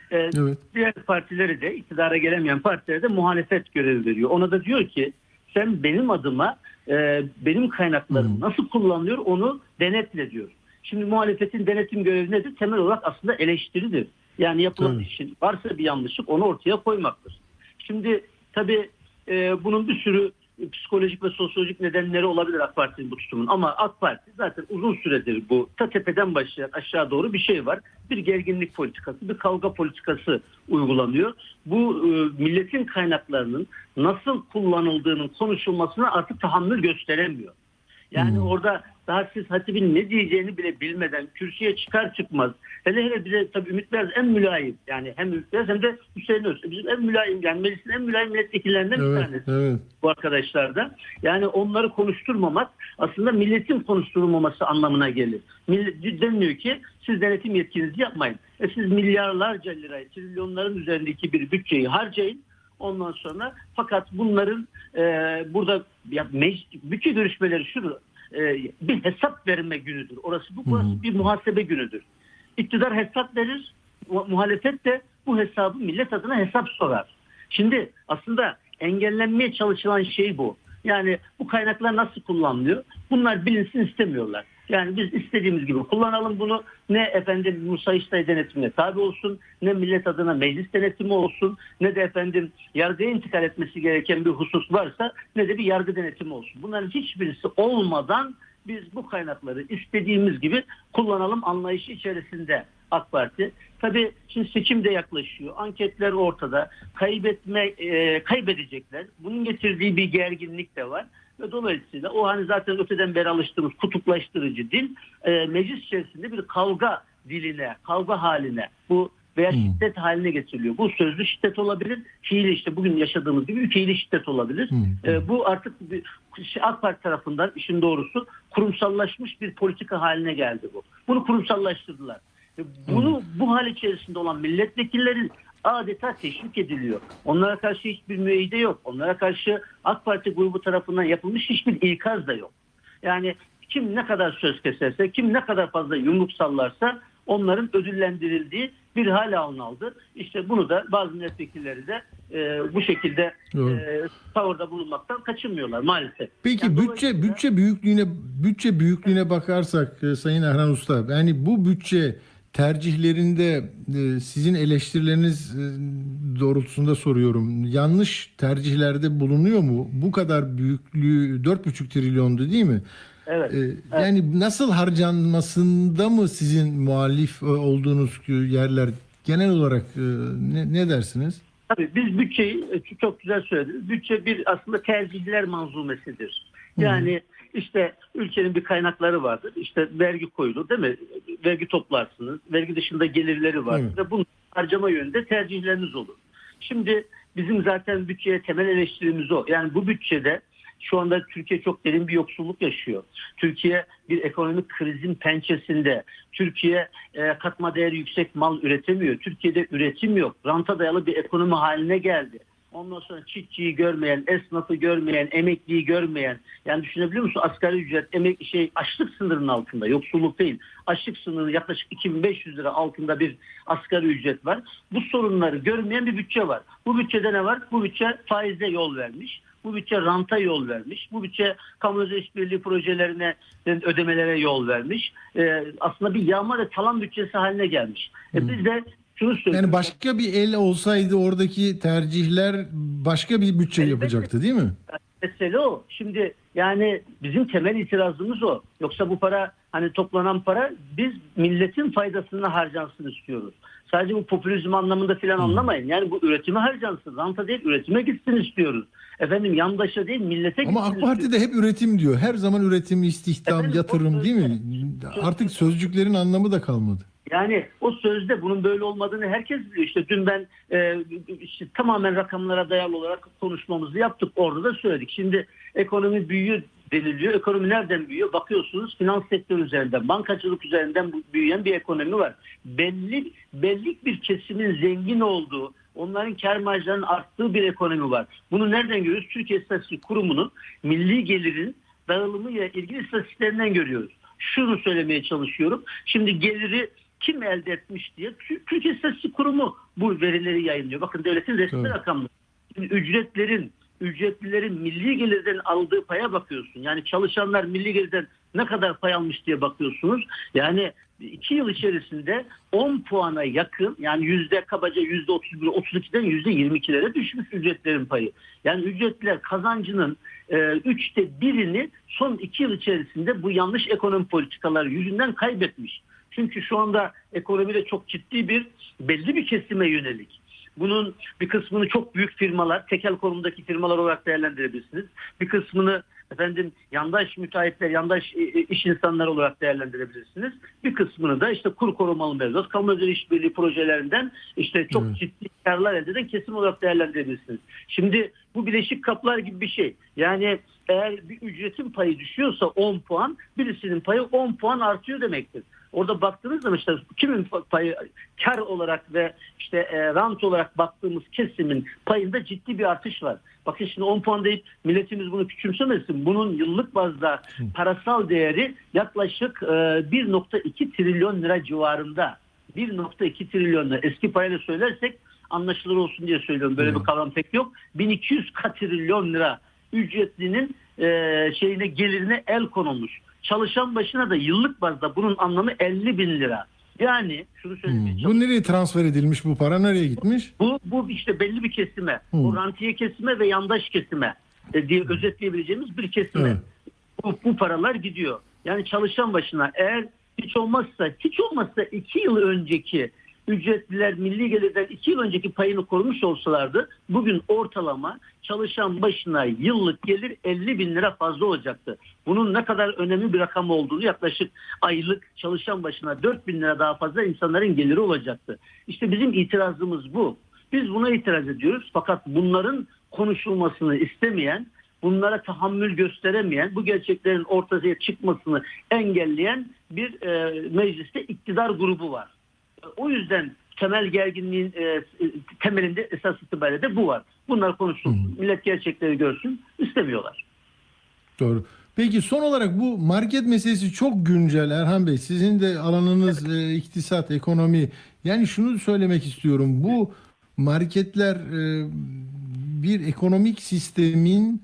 Evet. Diğer partileri de, iktidara gelemeyen partilere de muhalefet görevi veriyor. Ona da diyor ki sen benim adıma benim kaynaklarım nasıl kullanılıyor onu denetle diyor. Şimdi muhalefetin denetim görevi nedir? Temel olarak aslında eleştiridir. Yani yapılan işin varsa bir yanlışlık onu ortaya koymaktır. Şimdi tabii bunun bir sürü psikolojik ve sosyolojik nedenleri olabilir AK Parti'nin bu tutumun. Ama AK Parti zaten uzun süredir bu tepeden başlayan aşağı doğru bir şey var. Bir gerginlik politikası, bir kavga politikası uygulanıyor. Bu milletin kaynaklarının nasıl kullanıldığının konuşulmasına artık tahammül gösteremiyor. Yani orada daha siz hatibin ne diyeceğini bile bilmeden kürsüye çıkar çıkmaz. Hele bize tabii Ümit Beyaz en mülayim. Yani hem Ümit Beyaz hem de Hüseyin Öz. Bizim en mülayim, yani meclisin en mülayim milletvekillerinden bir tanesi bu arkadaşlar da. Yani onları konuşturmamak aslında milletin konuşturulmaması anlamına gelir. Millet deniliyor ki siz denetim yetkinizi yapmayın. Siz milyarlarca lirayı, trilyonların üzerindeki bir bütçeyi harcayın. Ondan sonra fakat bunların burada bütçe görüşmeleri şudur. Bir hesap verme günüdür. Burası bir muhasebe günüdür. İktidar hesap verir, muhalefet de bu hesabı millet adına hesap sorar. Şimdi aslında engellenmeye çalışılan şey bu. Yani bu kaynaklar nasıl kullanılıyor? Bunlar bilinsin istemiyorlar. Yani biz istediğimiz gibi kullanalım bunu. Ne efendim Musa İştay denetimine tabi olsun, ne millet adına meclis denetimi olsun, ne de efendim yargıya intikal etmesi gereken bir husus varsa ne de bir yargı denetimi olsun. Bunların hiçbirisi olmadan biz bu kaynakları istediğimiz gibi kullanalım anlayışı içerisinde AK Parti. Tabii şimdi seçim de yaklaşıyor. Anketler ortada. Kaybedecekler. Bunun getirdiği bir gerginlik de var. Ve dolayısıyla o hani zaten öteden beri alıştığımız kutuplaştırıcı dil meclis içerisinde bir kavga diline, kavga haline bu veya şiddet haline getiriliyor. Bu sözlü şiddet olabilir, fiili işte bugün yaşadığımız gibi fiili şiddet olabilir. Bu artık AK Parti tarafından işin doğrusu kurumsallaşmış bir politika haline geldi bu. Bunu kurumsallaştırdılar. Bu hal içerisinde olan milletvekillerin adeta teşvik ediliyor. Onlara karşı hiçbir müeyyide yok. Onlara karşı AK Parti grubu tarafından yapılmış hiçbir ikaz da yok. Yani kim ne kadar söz keserse, kim ne kadar fazla yumruk sallarsa onların ödüllendirildiği bir hal aldı. İşte bunu da bazı milletvekilleri de bu şekilde tavırda bulunmaktan kaçınmıyorlar maalesef. Peki yani bütçe büyüklüğüne bakarsak Sayın Erhan Usta, yani bu bütçe tercihlerinde sizin eleştirileriniz doğrultusunda soruyorum. Yanlış tercihlerde bulunuyor mu? Bu kadar büyüklüğü 4,5 trilyondu değil mi? Evet. Yani nasıl harcanmasında mı sizin muhalif olduğunuz yerler genel olarak ne dersiniz? Tabii biz bütçeyi çok güzel söylediniz. Bütçe bir aslında tercihler manzumesidir. Yani işte ülkenin bir kaynakları vardır. İşte vergi koyulur değil mi? Vergi toplarsınız. Vergi dışında gelirleri vardır. Ve bunun harcama yönünde tercihleriniz olur. Şimdi bizim zaten bütçeye temel eleştirimiz o. Yani bu bütçede şu anda Türkiye çok derin bir yoksulluk yaşıyor. Türkiye bir ekonomik krizin pençesinde. Türkiye katma değeri yüksek mal üretemiyor. Türkiye'de üretim yok. Ranta dayalı bir ekonomi haline geldi. Ondan sonra çiftçiyi görmeyen, esnafı görmeyen, emekliyi görmeyen, yani düşünebiliyor musun? Asgari ücret açlık sınırının altında, yoksulluk değil. Açlık sınırının yaklaşık 2500 lira altında bir asgari ücret var. Bu sorunları görmeyen bir bütçe var. Bu bütçede ne var? Bu bütçe faize yol vermiş. Bu bütçe ranta yol vermiş. Bu bütçe kamu özel işbirliği projelerine, ödemelere yol vermiş. Aslında bir yağma ve talan bütçesi haline gelmiş. Biz de şunu söylüyorum. Yani başka bir el olsaydı oradaki tercihler başka bir bütçe yapacaktı değil mi? Mesele o. Şimdi yani bizim temel itirazımız o. Yoksa bu para, hani toplanan para, biz milletin faydasına harcansın istiyoruz. Sadece bu popülizm anlamında filan anlamayın. Yani bu üretime harcansın. Ranta değil, üretime gitsin istiyoruz. Efendim yandaşa değil, millete gitsin. Ama AK Parti de hep üretim diyor. Her zaman üretim, istihdam, yatırım değil mi? Artık sözcüklerin anlamı da kalmadı. Yani o sözde bunun böyle olmadığını herkes biliyor. İşte dün ben tamamen rakamlara dayalı olarak konuşmamızı yaptık. Orada da söyledik. Şimdi ekonomi büyüyor deniliyor. Ekonomi nereden büyüyor? Bakıyorsunuz finans sektörü üzerinden, bankacılık üzerinden büyüyen bir ekonomi var. Belli bir kesimin zengin olduğu, onların kar marjlarının arttığı bir ekonomi var. Bunu nereden görüyoruz? Türkiye İstatistik Kurumu'nun milli gelirin dağılımıyla ilgili istatistiklerinden görüyoruz. Şunu söylemeye çalışıyorum. Şimdi geliri kim elde etmiş diye Türkiye İstatistik Kurumu bu verileri yayınlıyor. Bakın devletin resmi rakamları. Şimdi ücretlilerin milli gelirden aldığı paya bakıyorsun. Yani çalışanlar milli gelirden ne kadar pay almış diye bakıyorsunuz. Yani 2 yıl içerisinde 10 puana yakın, yani kabaca %31, 32'den %22'lere düşmüş ücretlerin payı. Yani ücretliler kazancının 3'te 1'ini son 2 yıl içerisinde bu yanlış ekonomi politikaları yüzünden kaybetmiş. Çünkü şu anda ekonomide çok ciddi belli bir kesime yönelik. Bunun bir kısmını çok büyük firmalar, tekel konumdaki firmalar olarak değerlendirebilirsiniz. Bir kısmını yandaş müteahhitler, yandaş iş insanları olarak değerlendirebilirsiniz. Bir kısmını da işte kur korumalı mevduat, kamu özel işbirliği projelerinden işte çok ciddi karlar elde eden kesim olarak değerlendirebilirsiniz. Şimdi bu bileşik kaplar gibi bir şey. Yani eğer bir ücretin payı düşüyorsa 10 puan, birisinin payı 10 puan artıyor demektir. Orada baktığınız zaman işte kimin payı kar olarak ve işte rant olarak baktığımız kesimin payında ciddi bir artış var. Bakın şimdi 10 puan deyip milletimiz bunu küçümsemesin. Bunun yıllık bazda parasal değeri yaklaşık 1.2 trilyon lira civarında. 1.2 trilyon lira. Eski parayla söylersek anlaşılır olsun diye söylüyorum. Böyle bir kavram pek yok. 1200 trilyon lira ücretlinin gelirine el konulmuş. Çalışan başına da yıllık bazda bunun anlamı 50 bin lira. Yani şunu söylemeye Bu nereye transfer edilmiş, bu para nereye gitmiş? Bu işte belli bir kesime. Bu rantiye kesime ve yandaş kesime diye özetleyebileceğimiz bir kesime. Bu paralar gidiyor. Yani çalışan başına eğer hiç olmazsa 2 yıl önceki ücretliler milli gelirden 2 yıl önceki payını korumuş olsalardı bugün ortalama çalışan başına yıllık gelir 50 bin lira fazla olacaktı. Bunun ne kadar önemli bir rakam olduğunu, yaklaşık aylık çalışan başına 4 bin lira daha fazla insanların geliri olacaktı. İşte bizim itirazımız bu. Biz buna itiraz ediyoruz fakat bunların konuşulmasını istemeyen, bunlara tahammül gösteremeyen, bu gerçeklerin ortaya çıkmasını engelleyen bir mecliste iktidar grubu var. O yüzden temel gerginliğin temelinde esas itibariyle de bu var. Bunlar konuşulsun. Millet gerçekleri görsün. İstemiyorlar. Doğru. Peki son olarak bu market meselesi çok güncel Erhan Bey. Sizin de alanınız iktisat, ekonomi. Yani şunu söylemek istiyorum. Bu marketler bir ekonomik sistemin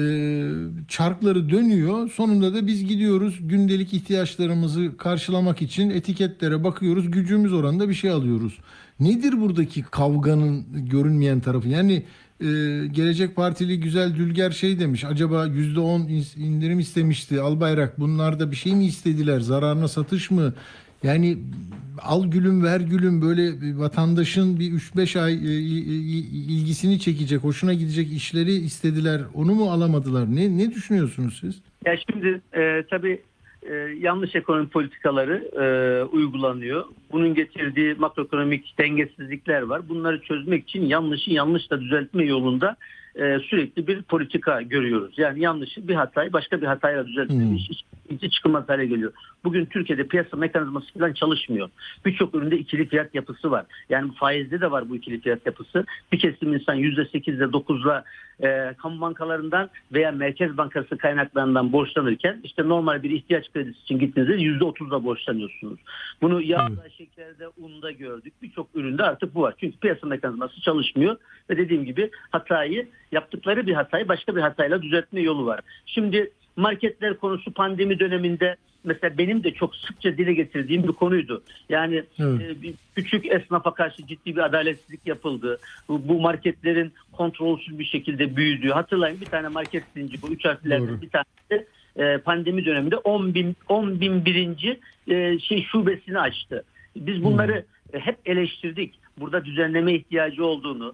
çarkları dönüyor. Sonunda da biz gidiyoruz gündelik ihtiyaçlarımızı karşılamak için etiketlere bakıyoruz. Gücümüz oranında bir şey alıyoruz. Nedir buradaki kavganın görünmeyen tarafı? Yani Gelecek Partili Güzel Dülger demiş. Acaba %10 indirim istemişti Albayrak. Bunlar da bir şey mi istediler? Zararına satış mı? Yani al gülüm ver gülüm, böyle vatandaşın bir 3-5 ay ilgisini çekecek, hoşuna gidecek işleri istediler. Onu mu alamadılar? Ne düşünüyorsunuz siz? Ya şimdi tabii yanlış ekonomi politikaları uygulanıyor. Bunun getirdiği makroekonomik dengesizlikler var. Bunları çözmek için yanlışı yanlışla düzeltme yolunda sürekli bir politika görüyoruz. Yani yanlışı bir hatayı başka bir hatayla düzeltmemiş, ikinci çıkılmaz hale geliyor. Bugün Türkiye'de piyasa mekanizması falan çalışmıyor. Birçok üründe ikili fiyat yapısı var. Yani faizde de var bu ikili fiyat yapısı. Bir kesim insan %8'le 9'la kamu bankalarından veya Merkez Bankası kaynaklarından borçlanırken işte normal bir ihtiyaç kredisi için gittiğinizde %30'la borçlanıyorsunuz. Bunu yağda, şekerde, unda gördük. Birçok üründe artık bu var. Çünkü piyasa mekanizması çalışmıyor ve dediğim gibi yaptıkları bir hatayı başka bir hatayla düzeltme yolu var. Şimdi marketler konusu pandemi döneminde mesela benim de çok sıkça dile getirdiğim bir konuydu. Yani küçük esnafa karşı ciddi bir adaletsizlik yapıldı. Bu marketlerin kontrolsüz bir şekilde büyüdüğü. Hatırlayın, bir tane market zinciri, bu 3 harflerden bir tanesi pandemi döneminde 10.000 birinci şubesini açtı. Biz bunları hep eleştirdik. Burada düzenleme ihtiyacı olduğunu.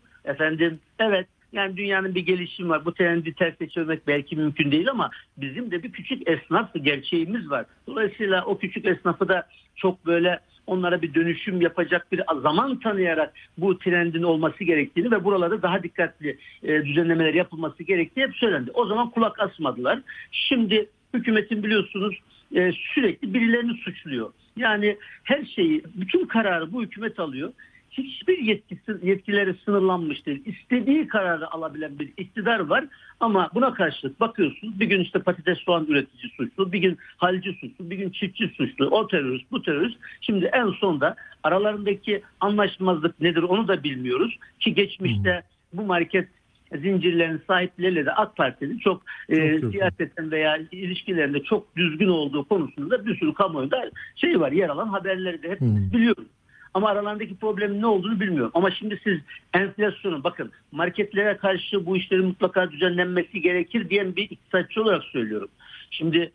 Evet, yani dünyanın bir gelişimi var. Bu trendi terse çevirmek belki mümkün değil ama bizim de bir küçük esnaf gerçeğimiz var. Dolayısıyla o küçük esnafı da çok böyle onlara bir dönüşüm yapacak bir zaman tanıyarak bu trendin olması gerektiğini ve buralarda daha dikkatli düzenlemeler yapılması gerektiği hep söylendi. O zaman kulak asmadılar. Şimdi hükümetin biliyorsunuz sürekli birilerini suçluyor. Yani her şeyi, bütün kararı bu hükümet alıyor. hiçbir yetkileri sınırlanmış değil. İstediği kararı alabilen bir iktidar var ama buna karşılık bakıyorsunuz bir gün işte patates soğan üretici suçlu, bir gün halci suçlu, bir gün çiftçi suçlu, o terörist, bu terörist. Şimdi en sonda aralarındaki anlaşmazlık nedir onu da bilmiyoruz ki geçmişte bu market zincirlerin sahipleriyle de AK Parti'nin çok siyaseten veya ilişkilerinde çok düzgün olduğu konusunda bir sürü kamuoyunda var, yer alan haberleri de hep biliyoruz. Ama aralarındaki problemin ne olduğunu bilmiyorum. Ama şimdi siz enflasyonu bakın marketlere karşı bu işlerin mutlaka düzenlenmesi gerekir diyen bir iktisatçı olarak söylüyorum. Şimdi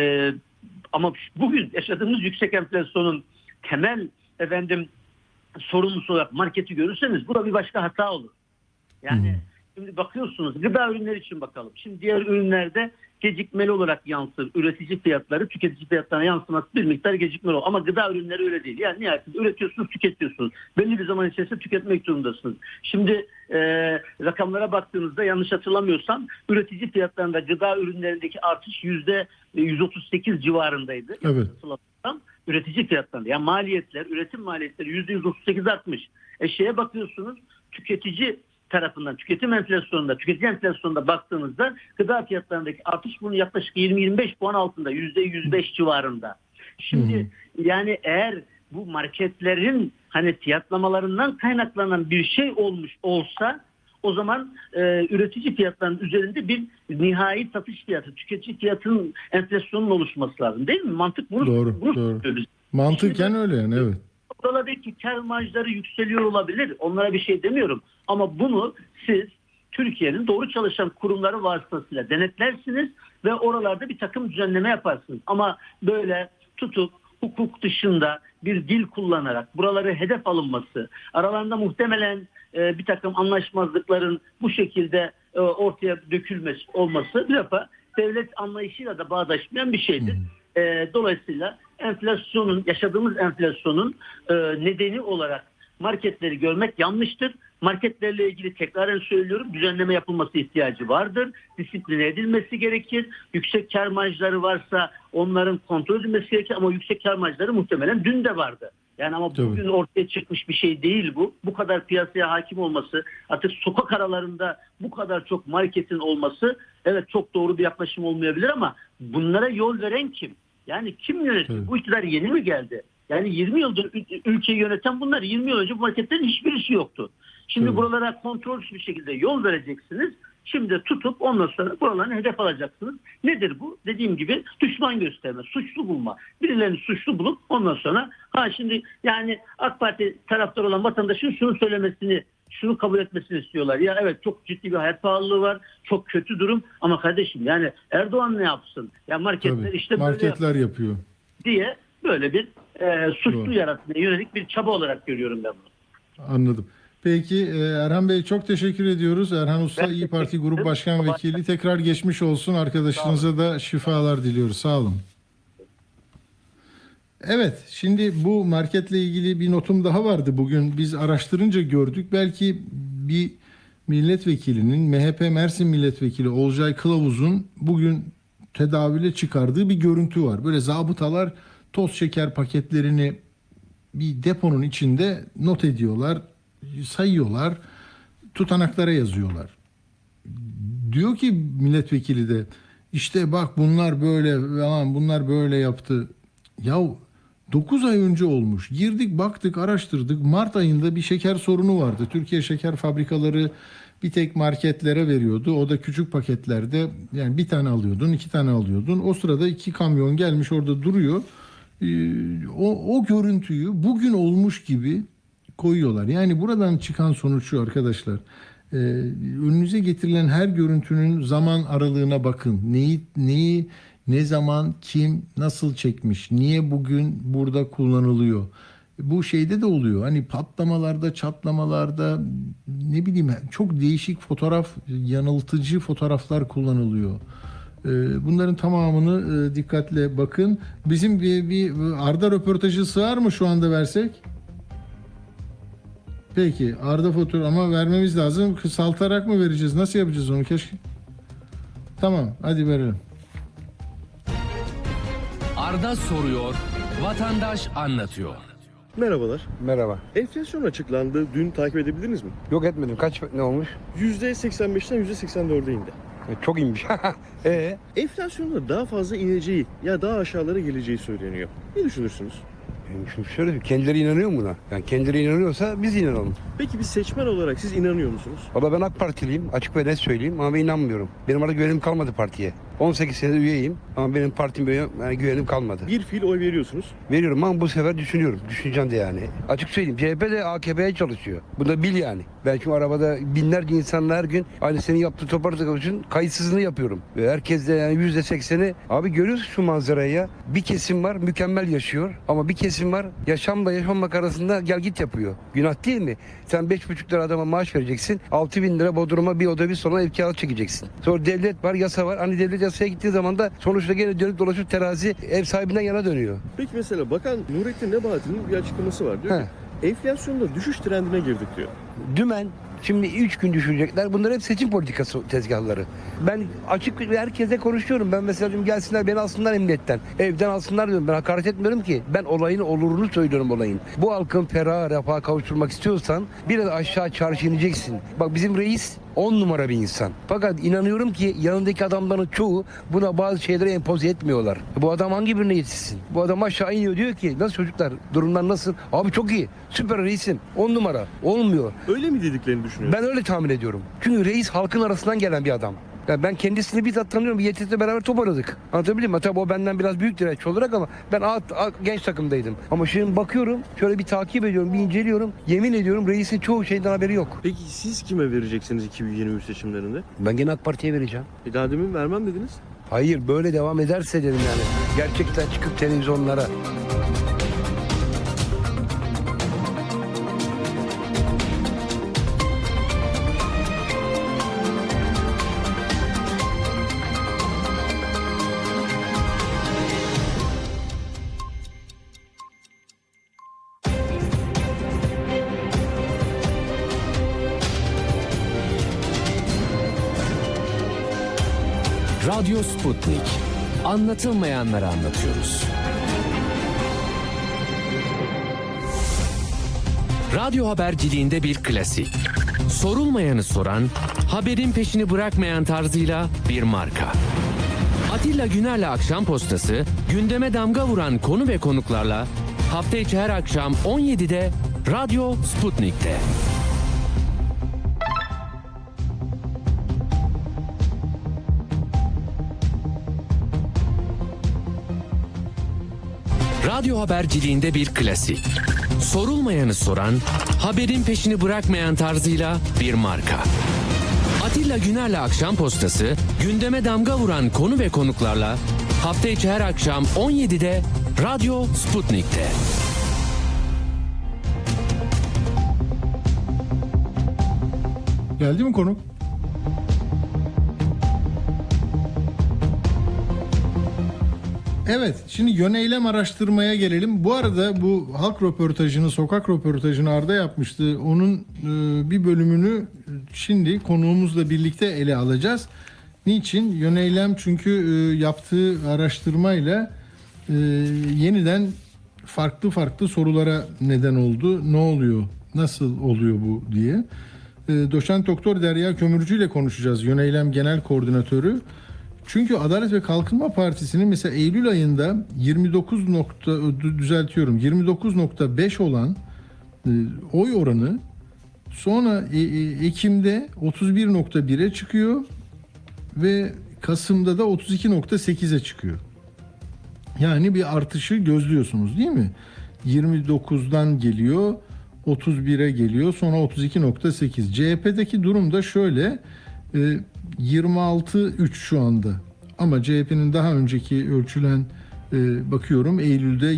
ama bugün yaşadığımız yüksek enflasyonun temel sorumlusu olarak marketi görürseniz bu da bir başka hata olur. Yani şimdi bakıyorsunuz gıda ürünleri için bakalım. Şimdi diğer ürünlerde gecikmeli olarak yansır. Üretici fiyatları tüketici fiyatlarına yansıması bir miktar gecikmeli olur. Ama gıda ürünleri öyle değil. Yani nihayetinde üretiyorsunuz, tüketiyorsunuz. Belli bir zaman içerisinde tüketmek zorundasınız. Şimdi rakamlara baktığınızda yanlış hatırlamıyorsam üretici fiyatlarında gıda ürünlerindeki artış %138 civarındaydı. Evet. Üretici fiyatlarında. Yani maliyetler, üretim maliyetleri %138 artmış. Şeye bakıyorsunuz tüketici tarafından tüketici enflasyonunda baktığınızda gıda fiyatlarındaki artış bunun yaklaşık 20-25 puan altında, %105 civarında. Şimdi yani eğer bu marketlerin fiyatlamalarından kaynaklanan bir şey olmuş olsa o zaman üretici fiyatlarının üzerinde bir nihai satış fiyatı, tüketici fiyatının enflasyonun oluşması lazım değil mi? Mantık bunu doğru. Mantıken öyle yani, evet. Oradaki kar marjları yükseliyor olabilir. Onlara bir şey demiyorum. Ama bunu siz Türkiye'nin doğru çalışan kurumları vasıtasıyla denetlersiniz ve oralarda bir takım düzenleme yaparsınız. Ama böyle tutup hukuk dışında bir dil kullanarak buraları hedef alınması, aralarında muhtemelen bir takım anlaşmazlıkların bu şekilde ortaya dökülmesi olması bir defa devlet anlayışıyla da bağdaşmayan bir şeydir. Dolayısıyla yaşadığımız enflasyonun nedeni olarak marketleri görmek yanlıştır. Marketlerle ilgili tekraren söylüyorum düzenleme yapılması ihtiyacı vardır. Disipline edilmesi gerekir. Yüksek kar marjları varsa onların kontrol edilmesi gerekir ama yüksek kar marjları muhtemelen dün de vardı. Yani ama bugün ortaya çıkmış bir şey değil bu. Bu kadar piyasaya hakim olması, artık sokak aralarında bu kadar çok marketin olması evet çok doğru bir yaklaşım olmayabilir ama bunlara yol veren kim? Yani kim yönetiyor? Bu iktidar yeni mi geldi? Yani 20 yıldır ülkeyi yöneten bunlar. 20 yıl önce bu marketlerin hiçbirisi yoktu. Şimdi buralara kontrolsüz bir şekilde yol vereceksiniz. Şimdi tutup ondan sonra buralarını hedef alacaksınız. Nedir bu? Dediğim gibi düşman gösterme, suçlu bulma. Birilerini suçlu bulup ondan sonra şimdi yani AK Parti taraftarı olan vatandaşın şunu kabul etmesini istiyorlar. Ya evet çok ciddi bir hayat pahalılığı var. Çok kötü durum ama kardeşim yani Erdoğan ne yapsın? Ya marketler işte marketler yapıyor diye böyle bir suçlu yaratmaya yönelik bir çaba olarak görüyorum ben bunu. Anladım. Peki Erhan Bey çok teşekkür ediyoruz. Erhan Usta İYİ Parti Grup Başkan Vekili. Tekrar geçmiş olsun. Arkadaşınıza da şifalar diliyoruz. Sağ olun. Evet, şimdi bu marketle ilgili bir notum daha vardı. Bugün biz araştırınca gördük. Belki bir milletvekilinin, MHP Mersin milletvekili Olcay Kılavuz'un bugün tedavüle çıkardığı bir görüntü var. Böyle zabıtalar toz şeker paketlerini bir deponun içinde not ediyorlar, sayıyorlar, tutanaklara yazıyorlar. Diyor ki milletvekili de işte bak bunlar böyle yaptı. Yahu 9 ay önce olmuş. Girdik, baktık, araştırdık. Mart ayında bir şeker sorunu vardı. Türkiye Şeker Fabrikaları bir tek marketlere veriyordu. O da küçük paketlerde yani bir tane alıyordun, 2 tane alıyordun. O sırada 2 kamyon gelmiş orada duruyor. O görüntüyü bugün olmuş gibi koyuyorlar. Yani buradan çıkan sonuç şu arkadaşlar. Önünüze getirilen her görüntünün zaman aralığına bakın. Neyi ne zaman, kim, nasıl çekmiş, niye bugün burada kullanılıyor. Bu şeyde de oluyor. Hani patlamalarda, çatlamalarda ne bileyim çok değişik yanıltıcı fotoğraflar kullanılıyor. Bunların tamamını dikkatle bakın. Bizim bir Arda röportajı sığar mı şu anda versek? Peki Arda fotoğrafı ama vermemiz lazım. Kısaltarak mı vereceğiz? Nasıl yapacağız onu keşke? Tamam hadi verelim. Arda soruyor, vatandaş anlatıyor. Merhabalar. Merhaba. Enflasyon açıklandı. Dün takip edebildiniz mi? Yok etmedim. Kaç ne olmuş? %85'ten %84'e indi. Çok iyiymiş. Enflasyonda daha fazla ineceği ya daha aşağılara geleceği söyleniyor. Ne düşünürsünüz? Şimdi şöyle bir, kendileri inanıyor mu buna? Yani kendileri inanıyorsa biz inanalım. Peki bir seçmen olarak siz inanıyor musunuz? Valla ben AK Partiliyim. Açık ve net söyleyeyim ama ben inanmıyorum. Benim artık güvenim kalmadı partiye. 18 senedir üyeyim ama benim partim böyle yani güvenim kalmadı. Bir fiil oy veriyorsunuz. Veriyorum ama bu sefer düşünüyorum. Düşüneceğim de yani. Açık söyleyeyim. CHP de AKP'ye çalışıyor. Bunu da bil yani. Ben çünkü arabada binlerce insanla her gün aynı senin yaptığı toparlık için kayıtsızlığını yapıyorum. Ve herkes de yani %80'i abi görüyorsun şu manzarayı ya. Bir kesim var mükemmel yaşıyor ama bir kesim var yaşamla yaşamamak arasında gel git yapıyor. Günah değil mi? Sen 5,5 lira adama maaş vereceksin. 6.000 lira Bodrum'a bir oda bir salona ev kiralık çekeceksin. Sonra devlet var, yasa var. Hani devlet yasaya gittiği zaman da sonuçta gene dönüp dolaşıp terazi ev sahibinden yana dönüyor. Peki mesela Bakan Nurettin Nebati'nin bir açıklaması var. Diyor ki enflasyonda düşüş trendine girdik diyor. Dümen şimdi 3 gün düşürecekler. Bunlar hep seçim politikası tezgahları. Ben açık herkese konuşuyorum. Ben mesela diyorum gelsinler beni alsınlar emniyetten. Evden alsınlar diyorum. Ben hakaret etmiyorum ki. Ben olayın olurunu söylüyorum olayın. Bu halkın ferah refaha kavuşturmak istiyorsan biraz aşağı çarşı ineceksin. Bak bizim reis 10 numara bir insan. Fakat inanıyorum ki yanındaki adamların çoğu buna bazı şeyleri empoze etmiyorlar. Bu adam hangi birine yetişsin? Bu adam aşağı iniyor diyor ki nasıl çocuklar durumlar nasıl? Abi çok iyi. Süper reisim. 10 numara. Olmuyor. Öyle mi dediklerini düşünüyorsun? Ben öyle tahmin ediyorum. Çünkü reis halkın arasından gelen bir adam. Yani ben kendisini bizzat tanıyorum. YTS'le beraber top oynadık. Anlatabiliyor muyum? Tabii o benden biraz büyük dirençli olarak ama ben genç takımdaydım. Ama şimdi bakıyorum, şöyle bir takip ediyorum, bir inceliyorum. Yemin ediyorum reisin çoğu şeyden haberi yok. Peki siz kime vereceksiniz 2023 seçimlerinde? Ben gene AK Parti'ye vereceğim. Daha demin vermem dediniz. Hayır böyle devam ederse dedim yani. Gerçekten çıkıp televizyonlara. Radyo Sputnik. Anlatılmayanları anlatıyoruz. Radyo haberciliğinde bir klasik. Sorulmayanı soran, haberin peşini bırakmayan tarzıyla bir marka. Atilla Güner'le Akşam Postası, gündeme damga vuran konu ve konuklarla hafta içi her akşam 17'de Radyo Sputnik'te. Radyo haberciliğinde bir klasik. Sorulmayanı soran, haberin peşini bırakmayan tarzıyla bir marka. Atilla Güner'le Akşam Postası, gündeme damga vuran konu ve konuklarla hafta içi her akşam 17'de Radyo Sputnik'te. Geldi mi konuk? Evet, şimdi yöneylem araştırmaya gelelim. Bu arada bu halk röportajını, sokak röportajını Arda yapmıştı. Onun bir bölümünü şimdi konuğumuzla birlikte ele alacağız. Niçin? Yöneylem çünkü yaptığı araştırmayla yeniden farklı sorulara neden oldu. Ne oluyor? Nasıl oluyor bu diye. Doçent Doktor Derya Kömürcü ile konuşacağız. Yöneylem Genel Koordinatörü. Çünkü Adalet ve Kalkınma Partisi'nin mesela Eylül ayında 29.5 olan oy oranı sonra Ekim'de 31.1'e çıkıyor ve Kasım'da da 32.8'e çıkıyor. Yani bir artışı gözlüyorsunuz değil mi? 29'dan geliyor, 31'e geliyor, sonra 32.8. CHP'deki durum da şöyle. 26.3 şu anda. Ama CHP'nin daha önceki ölçülen bakıyorum Eylül'de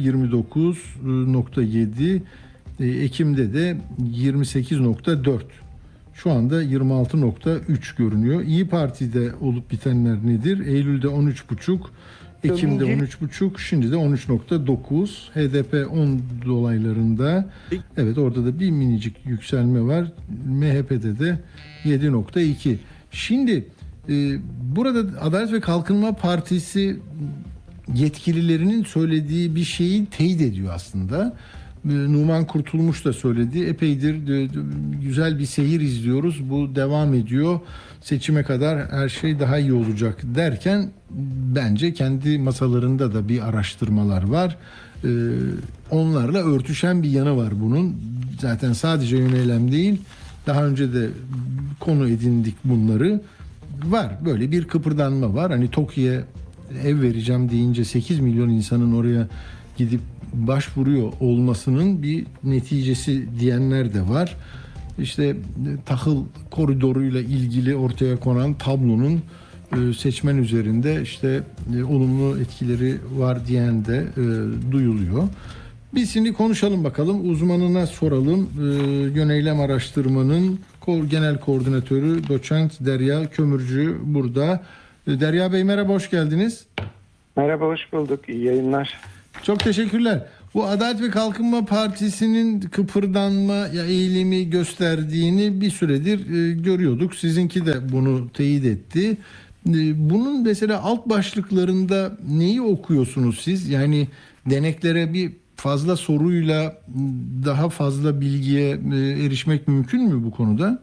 29.7, Ekim'de de 28.4. Şu anda 26.3 görünüyor. İyi Parti'de olup bitenler nedir? Eylül'de 13.5, Ekim'de 13.5, şimdi de 13.9. HDP 10 dolaylarında. Evet, orada da bir minicik yükselme var. MHP'de de 7.2. Şimdi burada Adalet ve Kalkınma Partisi yetkililerinin söylediği bir şeyi teyit ediyor aslında. Numan Kurtulmuş da söyledi. Epeydir güzel bir seyir izliyoruz. Bu devam ediyor. Seçime kadar her şey daha iyi olacak derken bence kendi masalarında da bir araştırmalar var. Onlarla örtüşen bir yanı var bunun. Zaten sadece yöneylem değil, daha önce de konu edindik bunları. Var böyle bir kıpırdanma var. Hani TOKİ'ye ev vereceğim deyince 8 milyon insanın oraya gidip başvuruyor olmasının bir neticesi diyenler de var. İşte tahıl koridoruyla ilgili ortaya konan tablonun seçmen üzerinde işte olumlu etkileri var diyen de duyuluyor. Biz şimdi konuşalım bakalım, uzmanına soralım. Yöneylem Araştırma'nın genel koordinatörü Doçent Derya Kömürcü burada. Derya Bey merhaba, hoş geldiniz. Merhaba, hoş bulduk. İyi yayınlar. Çok teşekkürler. Bu Adalet ve Kalkınma Partisi'nin kıpırdanma eğilimi gösterdiğini bir süredir görüyorduk. Sizinki de bunu teyit etti. Bunun mesela alt başlıklarında neyi okuyorsunuz siz? Yani deneklere bir fazla soruyla daha fazla bilgiye erişmek mümkün mü bu konuda?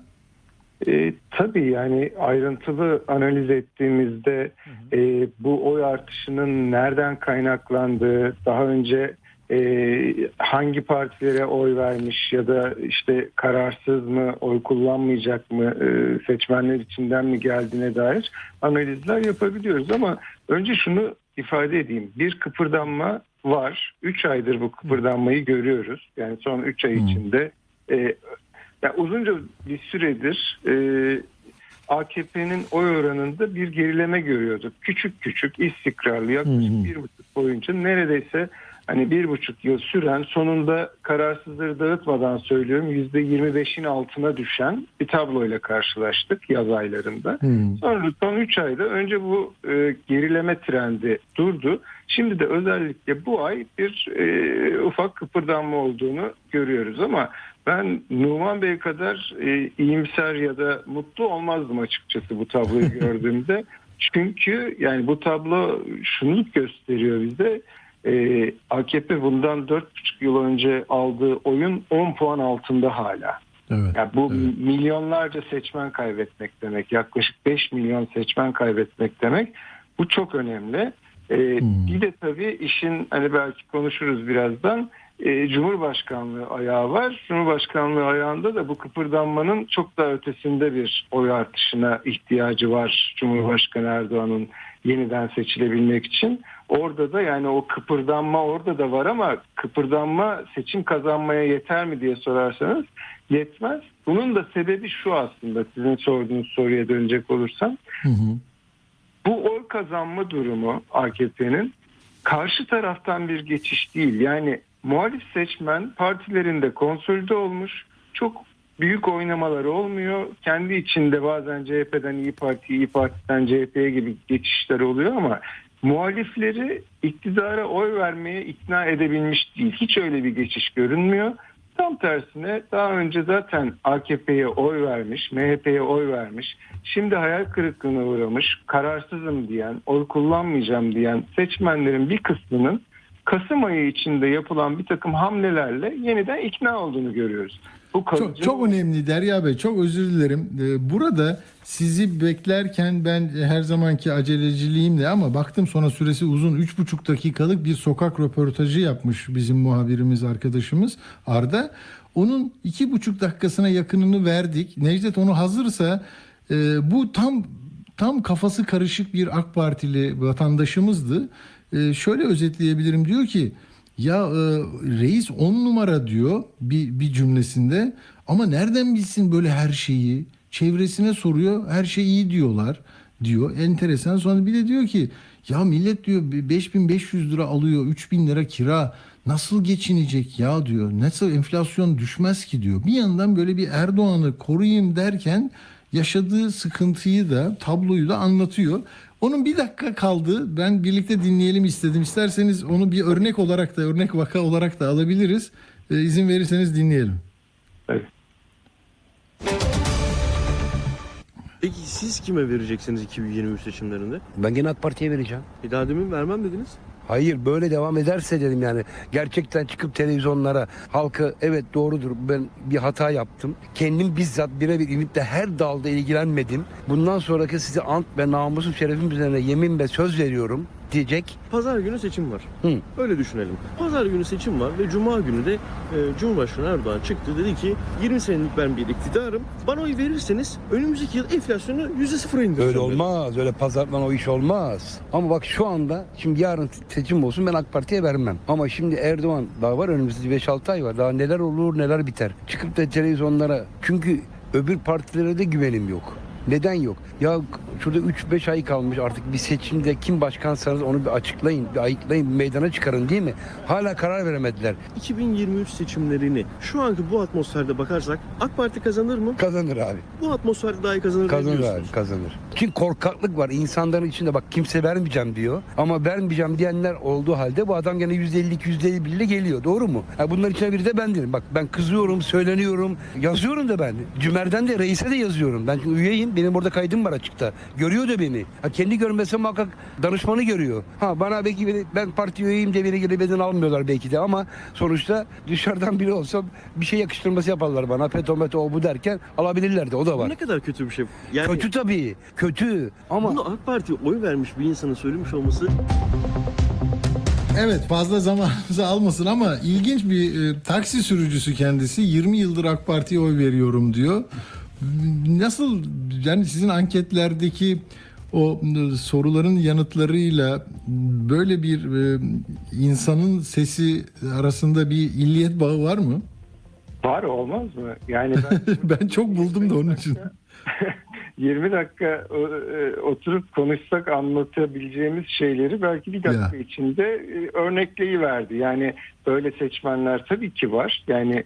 Tabii yani ayrıntılı analiz ettiğimizde bu oy artışının nereden kaynaklandığı, daha önce hangi partilere oy vermiş ya da işte kararsız mı, oy kullanmayacak mı, seçmenler içinden mi geldiğine dair analizler yapabiliyoruz. Ama önce şunu ifade edeyim. Bir kıpırdanma var. 3 aydır bu kıpırdanmayı görüyoruz. Yani son 3 ay içinde yani uzunca bir süredir AKP'nin oy oranında bir gerileme görüyorduk. Küçük küçük istikrarlı yaklaşık 1,5 boyunca neredeyse hani 1,5 yıl süren, sonunda kararsızları dağıtmadan söylüyorum %25'in altına düşen bir tabloyla karşılaştık yaz aylarında. Sonra son 3 ayda önce bu gerileme trendi durdu. Şimdi de özellikle bu ay bir ufak kıpırdanma olduğunu görüyoruz ama ben Numan Bey kadar iyimser ya da mutlu olmazdım açıkçası bu tabloyu gördüğümde. Çünkü yani bu tablo şunu gösteriyor bize. AKP bundan 4,5 yıl önce aldığı oyun 10 puan altında hala. Evet, yani bu milyonlarca seçmen kaybetmek demek. Yaklaşık 5 milyon seçmen kaybetmek demek. Bu çok önemli. Bir de tabii işin hani belki konuşuruz birazdan, Cumhurbaşkanlığı ayağı var. Cumhurbaşkanlığı ayağında da bu kıpırdanmanın çok daha ötesinde bir oy artışına ihtiyacı var Cumhurbaşkanı Erdoğan'ın yeniden seçilebilmek için. Orada da yani o kıpırdanma orada da var ama kıpırdanma seçim kazanmaya yeter mi diye sorarsanız yetmez. Bunun da sebebi şu aslında, sizin sorduğunuz soruya dönecek olursam. Bu oy kazanma durumu AKP'nin karşı taraftan bir geçiş değil. Yani muhalif seçmen partilerinde konsolide olmuş, çok büyük oynamaları olmuyor. Kendi içinde bazen CHP'den İYİ Parti, İYİ Parti'den CHP'ye gibi geçişler oluyor ama muhalifleri iktidara oy vermeye ikna edebilmiş değil. Hiç öyle bir geçiş görünmüyor. Tam tersine daha önce zaten AKP'ye oy vermiş, MHP'ye oy vermiş, şimdi hayal kırıklığına uğramış, kararsızım diyen, oy kullanmayacağım diyen seçmenlerin bir kısmının Kasım ayı içinde yapılan bir takım hamlelerle yeniden ikna olduğunu görüyoruz. Bu çok önemli Derya Bey, çok özür dilerim. Burada sizi beklerken ben her zamanki aceleciliğimle ama baktım sonra süresi uzun, 3,5 dakikalık bir sokak röportajı yapmış bizim muhabirimiz arkadaşımız Arda. Onun 2,5 dakikasına yakınını verdik. Necdet onu hazırsa bu tam kafası karışık bir AK Partili vatandaşımızdı. Şöyle özetleyebilirim, diyor ki ya reis 10 numara diyor bir cümlesinde ama nereden bilsin böyle her şeyi, çevresine soruyor, her şey iyi diyorlar diyor, enteresan. Sonra bir de diyor ki ya millet diyor 5.500 lira alıyor, 3.000 lira kira, nasıl geçinecek ya diyor, nasıl enflasyon düşmez ki diyor. Bir yandan böyle bir Erdoğan'ı koruyayım derken yaşadığı sıkıntıyı da, tabloyu da anlatıyor. Onun bir dakika kaldı. Ben birlikte dinleyelim istedim. İsterseniz onu bir örnek olarak da, örnek vaka olarak da alabiliriz. İzin verirseniz dinleyelim. Evet. Peki siz kime vereceksiniz 2023 seçimlerinde? Ben gene AK Parti'ye vereceğim. Daha demin vermem dediniz. Hayır, böyle devam ederse dedim yani. Gerçekten çıkıp televizyonlara halkı evet doğrudur ben bir hata yaptım. Kendim bizzat birebir inip de her dalda ilgilenmedim. Bundan sonraki size ant ve namusum şerefim üzerine yemin ve söz veriyorum diyecek. Pazar günü seçim var. Öyle düşünelim. Pazar günü seçim var ve Cuma günü de Cumhurbaşkanı Erdoğan çıktı. Dedi ki 20 senelik ben bir iktidarım. Bana oy verirseniz önümüzdeki yıl enflasyonu %0'a indireceğim. Öyle olmaz. Öyle pazardan o iş olmaz. Ama bak şu anda şimdi yarın seçim olsun ben AK Parti'ye vermem. Ama şimdi Erdoğan daha var önümüzde 5-6 ay var. Daha neler olur neler biter. Çıkıp da televizyonlara çünkü öbür partilere de güvenim yok. Neden yok? Ya şurada 3-5 ay kalmış artık bir seçimde kim başkansanız onu bir açıklayın, bir ayıklayın, bir meydana çıkarın değil mi? Hala karar veremediler. 2023 seçimlerini şu anki bu atmosferde bakarsak AK Parti kazanır mı? Kazanır abi. Bu atmosferde daha iyi kazanır Kazanır diyorsunuz. abi, kazanır. Çünkü korkaklık var insanların içinde bak kimse vermeyeceğim diyor. Ama vermeyeceğim diyenler olduğu halde bu adam gene %52-%51 ile geliyor. Doğru mu? Yani bunların içine biri de ben değilim. Bak ben kızıyorum, söyleniyorum, yazıyorum da ben. Cümer'den de reise de yazıyorum. Ben çünkü üyeyim. Benim orada kaydım var açıkta. Görüyor da beni. Kendi görmese muhakkak danışmanı görüyor. Bana belki ben parti üyeyim diye beni gelip beden almıyorlar belki de ama sonuçta dışarıdan biri olsa bir şey yakıştırması yaparlar bana. Peto o bu derken alabilirlerdi. O da var. Bu ne kadar kötü bir şey. Yani kötü tabii. Kötü. Ama bunu AK Parti'ye oy vermiş bir insanın söylemiş olması. Evet, fazla zamanınızı almasın ama ilginç bir taksi sürücüsü kendisi. 20 yıldır AK Parti'ye oy veriyorum diyor. Nasıl yani sizin anketlerdeki o soruların yanıtlarıyla böyle bir insanın sesi arasında bir illiyet bağı var mı? Var, olmaz mı? Yani ben çok buldum da onun için. 20 dakika oturup konuşsak anlatabileceğimiz şeyleri belki bir dakika içinde örnekleyiverdi. Yani böyle seçmenler tabii ki var. Yani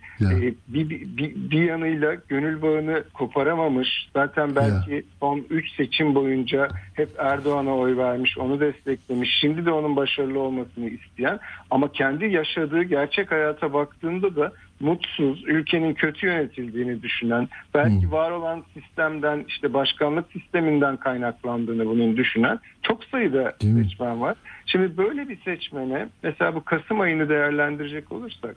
bir yanıyla gönül bağını koparamamış. Zaten belki son 3 seçim boyunca hep Erdoğan'a oy vermiş, onu desteklemiş. Şimdi de onun başarılı olmasını isteyen ama kendi yaşadığı gerçek hayata baktığında da mutsuz, ülkenin kötü yönetildiğini düşünen, belki var olan sistemden, işte başkanlık sisteminden kaynaklandığını bunun düşünen çok sayıda seçmen var. Şimdi böyle bir seçmene mesela bu Kasım ayını değerlendirecek olursak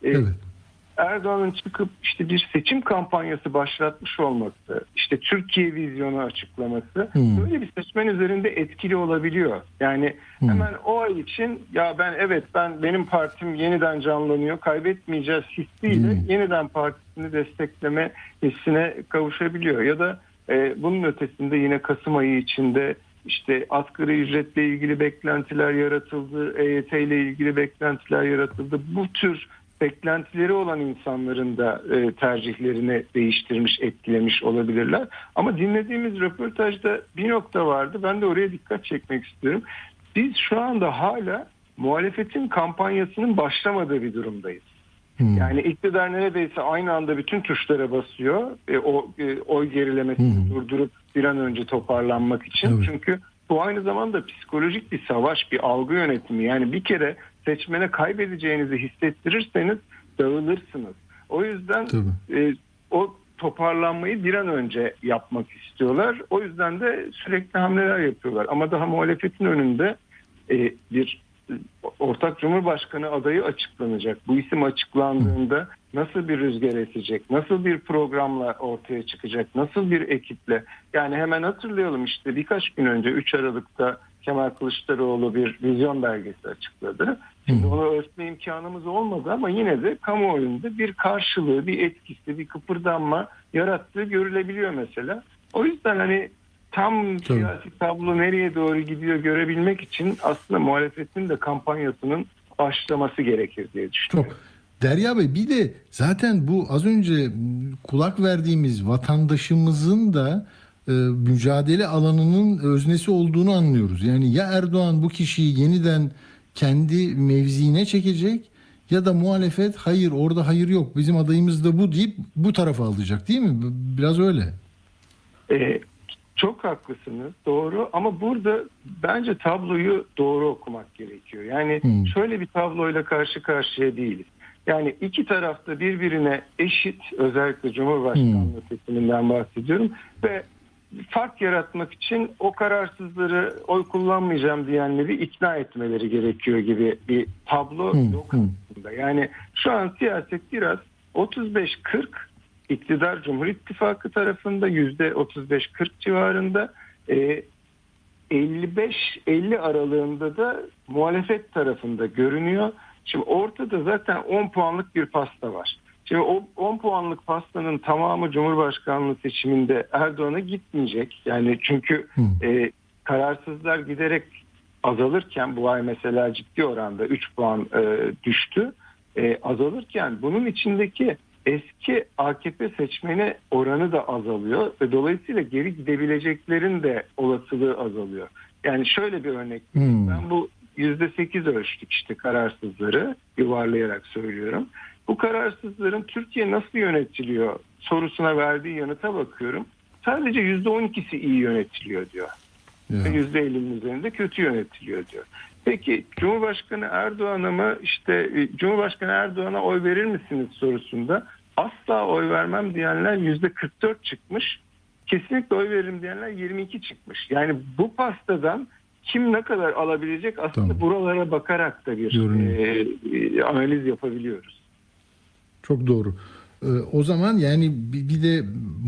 Erdoğan'ın çıkıp işte bir seçim kampanyası başlatmış olması, işte Türkiye vizyonu açıklaması böyle bir seçmen üzerinde etkili olabiliyor. Yani hemen o ay için benim partim yeniden canlanıyor, kaybetmeyeceğiz hissiyle yeniden partisini destekleme hissine kavuşabiliyor. Ya da bunun ötesinde yine Kasım ayı içinde işte asgari ücretle ilgili beklentiler yaratıldı, EYT ile ilgili beklentiler yaratıldı. Bu tür beklentileri olan insanların da tercihlerini değiştirmiş, etkilemiş olabilirler. Ama dinlediğimiz röportajda bir nokta vardı. Ben de oraya dikkat çekmek istiyorum. Biz şu anda hala muhalefetin kampanyasının başlamadığı bir durumdayız. Yani iktidar neredeyse aynı anda bütün tuşlara basıyor. Oy gerilemesini durdurup bir an önce toparlanmak için. Evet. Çünkü bu aynı zamanda psikolojik bir savaş, bir algı yönetimi. Yani bir kere seçmene kaybedeceğinizi hissettirirseniz dağılırsınız. O yüzden o toparlanmayı bir an önce yapmak istiyorlar. O yüzden de sürekli hamleler yapıyorlar. Ama daha muhalefetin önünde bir ortak Cumhurbaşkanı adayı açıklanacak. Bu isim açıklandığında nasıl bir rüzgar esecek, nasıl bir programla ortaya çıkacak, nasıl bir ekiple. Yani hemen hatırlayalım işte birkaç gün önce 3 Aralık'ta Kemal Kılıçdaroğlu bir vizyon belgesi açıkladı. Şimdi onu ölçme imkanımız olmadı ama yine de kamuoyunda bir karşılığı, bir etkisi, bir kıpırdanma yarattığı görülebiliyor mesela. O yüzden hani tam siyasi tablo nereye doğru gidiyor görebilmek için aslında muhalefetin de kampanyasının başlaması gerekir diye düşünüyorum. Derya Bey, bir de zaten bu az önce kulak verdiğimiz vatandaşımızın da mücadele alanının öznesi olduğunu anlıyoruz. Yani ya Erdoğan bu kişiyi yeniden kendi mevziine çekecek ya da muhalefet hayır orada hayır yok bizim adayımız da bu deyip bu tarafa alacak, değil mi? Biraz öyle. Çok haklısınız, doğru, ama burada bence tabloyu doğru okumak gerekiyor. Yani şöyle bir tabloyla karşı karşıya değiliz. Yani iki tarafta birbirine eşit, özellikle Cumhurbaşkanlığı seçiminden bahsediyorum ve fark yaratmak için o kararsızları, oy kullanmayacağım diyenleri ikna etmeleri gerekiyor gibi bir tablo yok aslında. Yani şu an siyaset biraz 35-40 iktidar Cumhur İttifakı tarafında, %35-40 civarında, 55-50 aralığında da muhalefet tarafında görünüyor. Şimdi ortada zaten 10 puanlık bir pasta var. Şimdi o 10 puanlık pastanın tamamı Cumhurbaşkanlığı seçiminde Erdoğan'a gitmeyecek. Yani çünkü kararsızlar giderek azalırken, bu ay mesela ciddi oranda 3 puan düştü. Azalırken bunun içindeki eski AKP seçmeni oranı da azalıyor ve dolayısıyla geri gidebileceklerin de olasılığı azalıyor. Yani şöyle bir örnek. Ben bu %8 ölçtük işte kararsızları, yuvarlayarak söylüyorum. Bu kararsızların Türkiye nasıl yönetiliyor sorusuna verdiği yanıta bakıyorum. Sadece %12'si iyi yönetiliyor diyor. %50'nin üzerinde kötü yönetiliyor diyor. Peki Cumhurbaşkanı Erdoğan'a mı, işte Cumhurbaşkanı Erdoğan'a oy verir misiniz sorusunda asla oy vermem diyenler %44 çıkmış. Kesinlikle oy veririm diyenler 22 çıkmış. Yani bu pastadan kim ne kadar alabilecek aslında buralara bakarak da bir analiz yapabiliyoruz. Çok doğru. O zaman yani bir de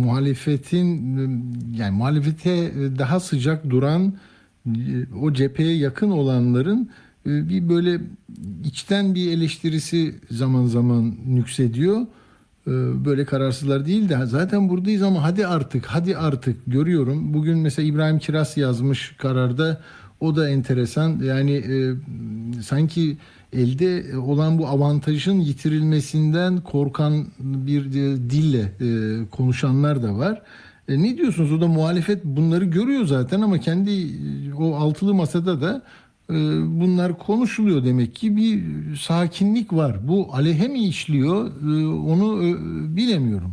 muhalefete daha sıcak duran, o cepheye yakın olanların bir böyle içten bir eleştirisi zaman zaman nüksediyor. Böyle kararsızlar değil de zaten buradayız ama hadi artık görüyorum. Bugün mesela İbrahim Kiraz yazmış kararda, o da enteresan. Yani sanki elde olan bu avantajın yitirilmesinden korkan bir dille konuşanlar da var. Ne diyorsunuz? O da muhalefet bunları görüyor zaten ama kendi o altılı masada da bunlar konuşuluyor demek ki, bir sakinlik var. Bu aleyhe mi işliyor? Onu bilemiyorum.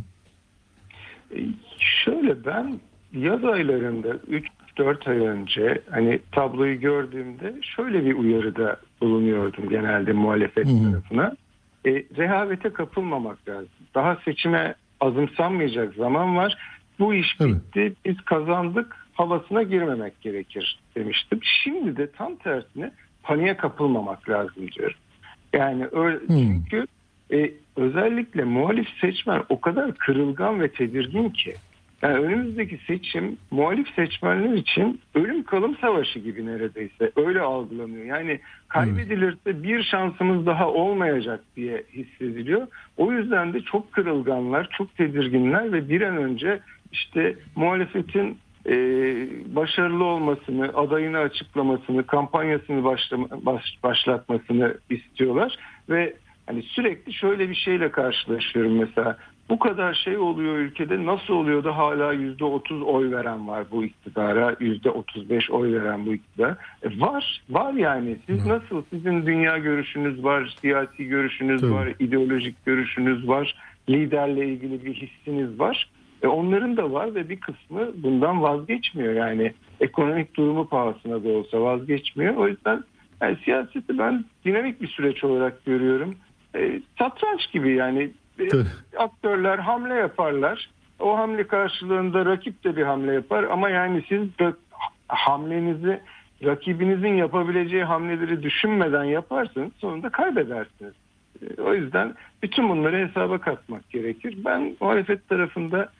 Şöyle, ben yaz aylarında 3-4 ay önce hani tabloyu gördüğümde şöyle bir uyarıda bulunuyordum genelde muhalefet tarafına. Rehavete kapılmamak lazım. Daha seçime azımsanmayacak zaman var. Bu iş bitti, biz kazandık havasına girmemek gerekir demiştim. Şimdi de tam tersine paniğe kapılmamak lazım diyorum. Yani çünkü özellikle muhalif seçmen o kadar kırılgan ve tedirgin ki. Yani önümüzdeki seçim muhalif seçmenler için ölüm kalım savaşı gibi neredeyse. Öyle algılanıyor. Yani kaybedilirse bir şansımız daha olmayacak diye hissediliyor. O yüzden de çok kırılganlar, çok tedirginler ve bir an önce işte muhalefetin başarılı olmasını, adayını açıklamasını, kampanyasını başlatmasını istiyorlar ve hani sürekli şöyle bir şeyle karşılaşıyorum mesela. Bu kadar şey oluyor ülkede, nasıl oluyor da hala %30 oy veren var bu iktidara, %35 oy veren bu iktidara? Var yani. Siz nasıl, sizin dünya görüşünüz var, siyasi görüşünüz var, ideolojik görüşünüz var, liderle ilgili bir hissiniz var. Onların da var ve bir kısmı bundan vazgeçmiyor. Yani ekonomik durumu pahasına da olsa vazgeçmiyor. O yüzden yani siyaseti ben dinamik bir süreç olarak görüyorum. Satranç gibi yani. Aktörler hamle yaparlar. O hamle karşılığında rakip de bir hamle yapar ama yani siz de hamlenizi, rakibinizin yapabileceği hamleleri düşünmeden yaparsanız sonunda kaybedersiniz. O yüzden bütün bunları hesaba katmak gerekir. Ben muhalefet tarafında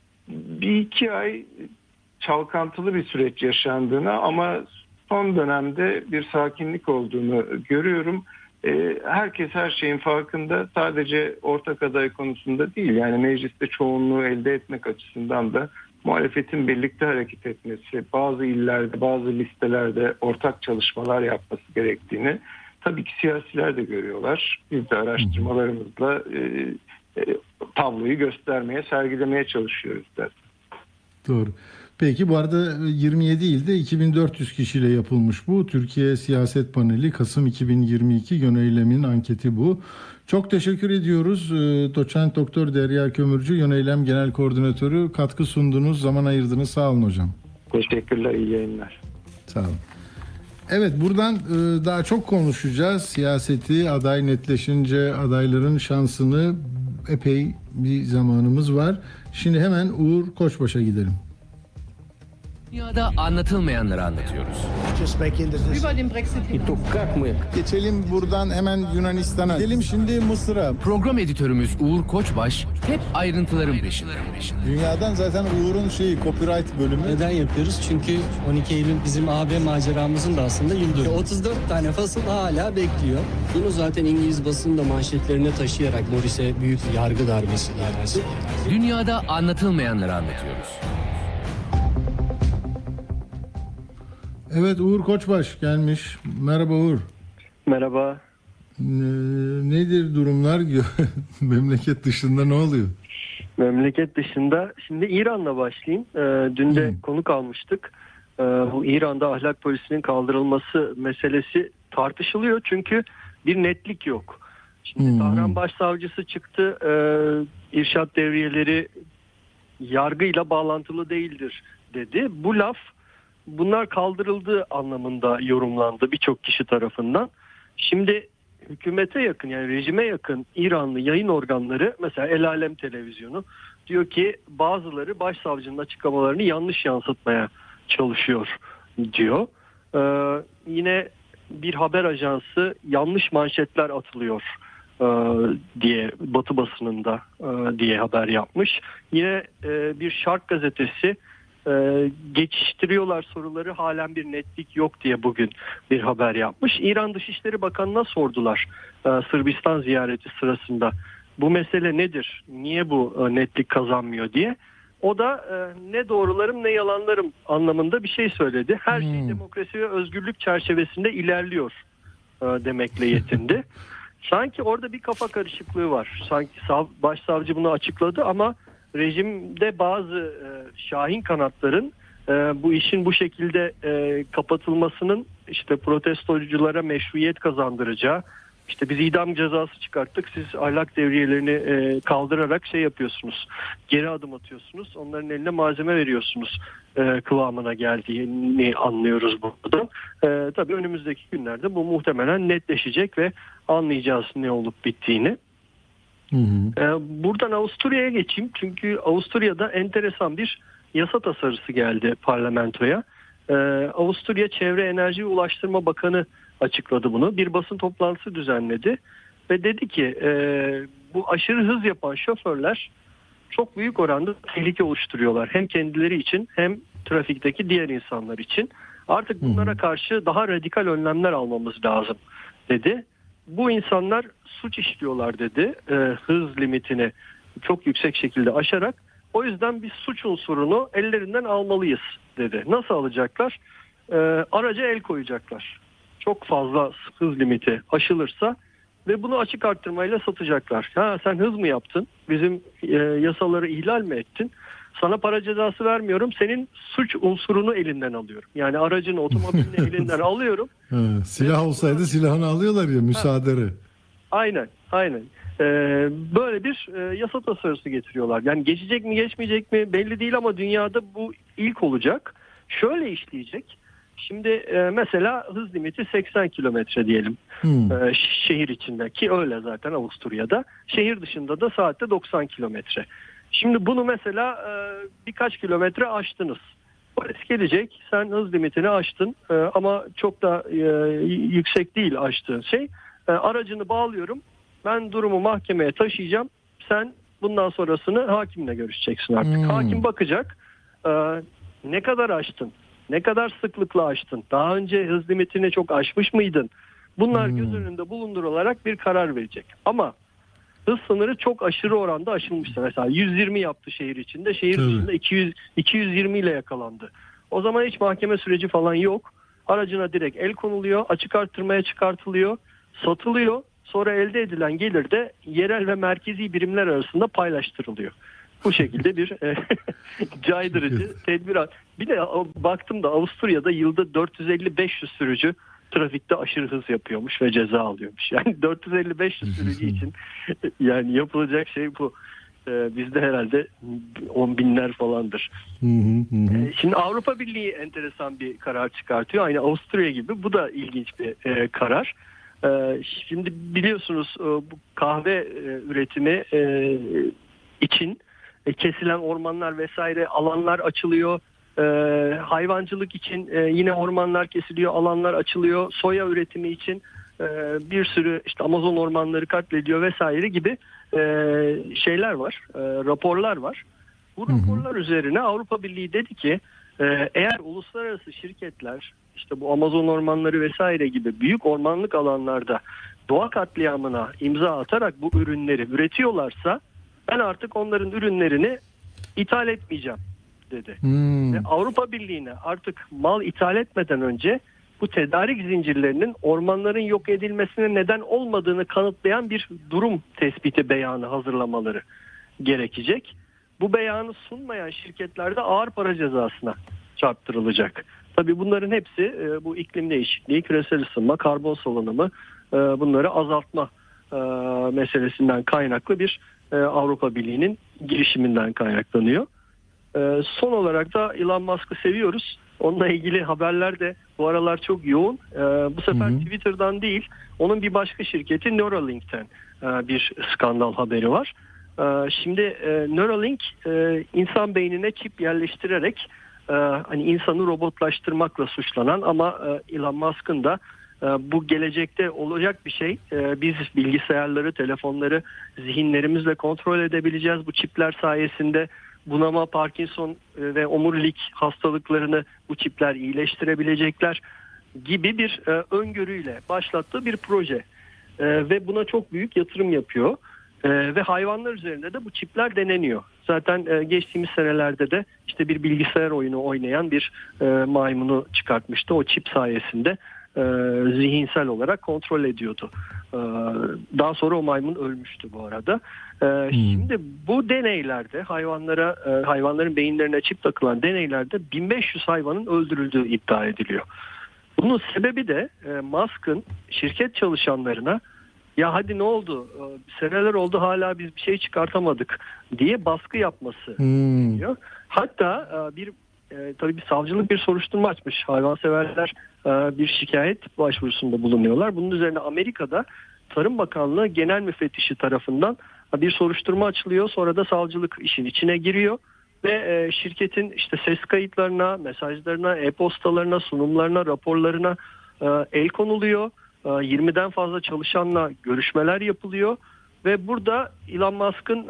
1-2 ay çalkantılı bir süreç yaşandığını ama son dönemde bir sakinlik olduğunu görüyorum. Herkes her şeyin farkında, sadece ortak aday konusunda değil, yani mecliste çoğunluğu elde etmek açısından da muhalefetin birlikte hareket etmesi, bazı illerde, bazı listelerde ortak çalışmalar yapması gerektiğini tabii ki siyasiler de görüyorlar. Biz de araştırmalarımızla tabloyu göstermeye, sergilemeye çalışıyoruz zaten. Doğru. Peki bu arada 27 ilde 2400 kişiyle yapılmış bu. Türkiye Siyaset Paneli Kasım 2022 Yöneylem'in anketi bu. Çok teşekkür ediyoruz. Doçent Doktor Derya Kömürcü, Yöneylem Genel Koordinatörü, katkı sundunuz, zaman ayırdınız. Sağ olun hocam. Teşekkürler, iyi yayınlar. Sağ olun. Evet, buradan daha çok konuşacağız. Siyaseti, aday netleşince adayların şansını, epey bir zamanımız var. Şimdi hemen Uğur Koçbaş'a gidelim. Dünyada anlatılmayanları anlatıyoruz. Geçelim buradan hemen Yunanistan'a. Gidelim şimdi Mısır'a. Program editörümüz Uğur Koçbaş hep ayrıntıların peşinde. Dünyadan zaten Uğur'un copyright bölümü. Neden yapıyoruz? Çünkü 12 Eylül bizim AB maceramızın da aslında yıl dönümü. 34 tane fasıl hala bekliyor. Bunu zaten İngiliz basını da manşetlerine taşıyarak Morris'e büyük bir yargı darbesi ilanı. Dünyada anlatılmayanları anlatıyoruz. Evet, Uğur Koçbaş gelmiş. Merhaba Uğur. Merhaba. Nedir durumlar? Memleket dışında ne oluyor? Memleket dışında şimdi İran'la başlayayım. Dün de konuk almıştık. Bu İran'da ahlak polisinin kaldırılması meselesi tartışılıyor. Çünkü bir netlik yok. Şimdi Tahran Başsavcısı çıktı. İrşad devriyeleri yargıyla bağlantılı değildir dedi. Bu laf bunlar kaldırıldığı anlamında yorumlandı birçok kişi tarafından. Şimdi hükümete yakın yani rejime yakın İranlı yayın organları mesela El Alem Televizyonu diyor ki bazıları başsavcının açıklamalarını yanlış yansıtmaya çalışıyor diyor. Yine bir haber ajansı yanlış manşetler atılıyor diye Batı basınında diye haber yapmış. Yine bir Şark gazetesi geçiştiriyorlar soruları halen bir netlik yok diye bugün bir haber yapmış. İran Dışişleri Bakanı'na sordular Sırbistan ziyareti sırasında. Bu mesele nedir? Niye bu netlik kazanmıyor diye. O da ne doğrularım ne yalanlarım anlamında bir şey söyledi. Her şey demokrasi ve özgürlük çerçevesinde ilerliyor demekle yetindi. Sanki orada bir kafa karışıklığı var. Sanki başsavcı bunu açıkladı ama rejimde bazı şahin kanatların bu işin bu şekilde kapatılmasının işte protestoculara meşruiyet kazandıracağı, işte biz idam cezası çıkarttık, siz ahlak devriyelerini kaldırarak yapıyorsunuz, geri adım atıyorsunuz, onların eline malzeme veriyorsunuz kıvamına geldiğini anlıyoruz burada. Tabii önümüzdeki günlerde bu muhtemelen netleşecek ve anlayacağız ne olup bittiğini. Buradan Avusturya'ya geçeyim çünkü Avusturya'da enteresan bir yasa tasarısı geldi parlamentoya. Avusturya Çevre Enerji ve Ulaştırma Bakanı açıkladı bunu. Bir basın toplantısı düzenledi ve dedi ki bu aşırı hız yapan şoförler çok büyük oranda tehlike oluşturuyorlar. Hem kendileri için hem trafikteki diğer insanlar için. Artık bunlara karşı daha radikal önlemler almamız lazım dedi. Bu insanlar suç işliyorlar dedi hız limitini çok yüksek şekilde aşarak. O yüzden biz suç unsurunu ellerinden almalıyız dedi. Nasıl alacaklar? Araca el koyacaklar. Çok fazla hız limiti aşılırsa ve bunu açık arttırmayla satacaklar. Ha, sen hız mı yaptın? Bizim yasaları ihlal mi ettin? Sana para cezası vermiyorum. Senin suç unsurunu elinden alıyorum. Yani aracını, otomobilini elinden alıyorum. Silah olsaydı silahını alıyorlar ya, müsaadere. Aynen. Böyle bir yasa tasarısı getiriyorlar. Yani geçecek mi geçmeyecek mi belli değil ama dünyada bu ilk olacak. Şöyle işleyecek. Şimdi mesela hız limiti 80 kilometre diyelim şehir içinde ki öyle zaten Avusturya'da. Şehir dışında da saatte 90 kilometre. Şimdi bunu mesela birkaç kilometre aştınız. Polis gelecek, sen hız limitini aştın ama çok da yüksek değil aştığın şey. Aracını bağlıyorum, ben durumu mahkemeye taşıyacağım, sen bundan sonrasını hakimle görüşeceksin artık. Hakim bakacak, ne kadar aştın, ne kadar sıklıkla aştın, daha önce hız limitini çok aşmış mıydın? Bunlar göz önünde bulundurularak bir karar verecek. Ama hız sınırı çok aşırı oranda aşılmıştı. Mesela 120 yaptı şehir içinde. Şehir dışında 220 ile yakalandı. O zaman hiç mahkeme süreci falan yok. Aracına direkt el konuluyor. Açık arttırmaya çıkartılıyor. Satılıyor. Sonra elde edilen gelir de yerel ve merkezi birimler arasında paylaştırılıyor. Bu şekilde bir caydırıcı tedbir. Bir de baktım da Avusturya'da yılda 450-500 sürücü trafikte aşırı hız yapıyormuş ve ceza alıyormuş. Yani 450-500 sürücü için yani yapılacak şey bu. Bizde herhalde 10 binler falandır. Şimdi Avrupa Birliği enteresan bir karar çıkartıyor. Aynı Avusturya gibi. Bu da ilginç bir karar. Şimdi biliyorsunuz bu kahve üretimi için kesilen ormanlar vesaire alanlar açılıyor. Hayvancılık için yine ormanlar kesiliyor, alanlar açılıyor. Soya üretimi için bir sürü işte Amazon ormanları katlediyor vesaire gibi şeyler var, raporlar var. Bu raporlar üzerine Avrupa Birliği dedi ki eğer uluslararası şirketler işte bu Amazon ormanları vesaire gibi büyük ormanlık alanlarda doğa katliamına imza atarak bu ürünleri üretiyorlarsa ben artık onların ürünlerini ithal etmeyeceğim dedi. Ve Avrupa Birliği'ne artık mal ithal etmeden önce bu tedarik zincirlerinin ormanların yok edilmesine neden olmadığını kanıtlayan bir durum tespiti beyanı hazırlamaları gerekecek. Bu beyanı sunmayan şirketlerde ağır para cezasına çarptırılacak. Tabii bunların hepsi bu iklim değişikliği, küresel ısınma, karbon salınımı bunları azaltma meselesinden kaynaklı bir Avrupa Birliği'nin girişiminden kaynaklanıyor. Son olarak da Elon Musk'ı seviyoruz. Onunla ilgili haberler de bu aralar çok yoğun. Bu sefer Twitter'dan değil, onun bir başka şirketi Neuralink'ten bir skandal haberi var. Şimdi Neuralink insan beynine çip yerleştirerek hani insanı robotlaştırmakla suçlanan ama Elon Musk'ın da bu gelecekte olacak bir şey. Biz bilgisayarları, telefonları zihinlerimizle kontrol edebileceğiz. Bu çipler sayesinde bunama, Parkinson ve omurilik hastalıklarını bu çipler iyileştirebilecekler gibi bir öngörüyle başlattığı bir proje. Ve buna çok büyük yatırım yapıyor. Ve hayvanlar üzerinde de bu çipler deneniyor. Zaten geçtiğimiz senelerde de işte bir bilgisayar oyunu oynayan bir maymunu çıkartmıştı. O çip sayesinde zihinsel olarak kontrol ediyordu. Daha sonra o maymun ölmüştü bu arada. Şimdi bu deneylerde hayvanların beyinlerine çip takılan deneylerde 1500 hayvanın öldürüldüğü iddia ediliyor. Bunun sebebi de Musk'ın şirket çalışanlarına ya hadi ne oldu? Seneler oldu hala biz bir şey çıkartamadık diye baskı yapması diyor. Hatta tabii bir savcılık bir soruşturma açmış. Hayvanseverler bir şikayet başvurusunda bulunuyorlar. Bunun üzerine Amerika'da Tarım Bakanlığı Genel Müfettişi tarafından bir soruşturma açılıyor. Sonra da savcılık işin içine giriyor ve şirketin işte ses kayıtlarına, mesajlarına, e-postalarına, sunumlarına, raporlarına el konuluyor. 20'den fazla çalışanla görüşmeler yapılıyor ve burada Elon Musk'ın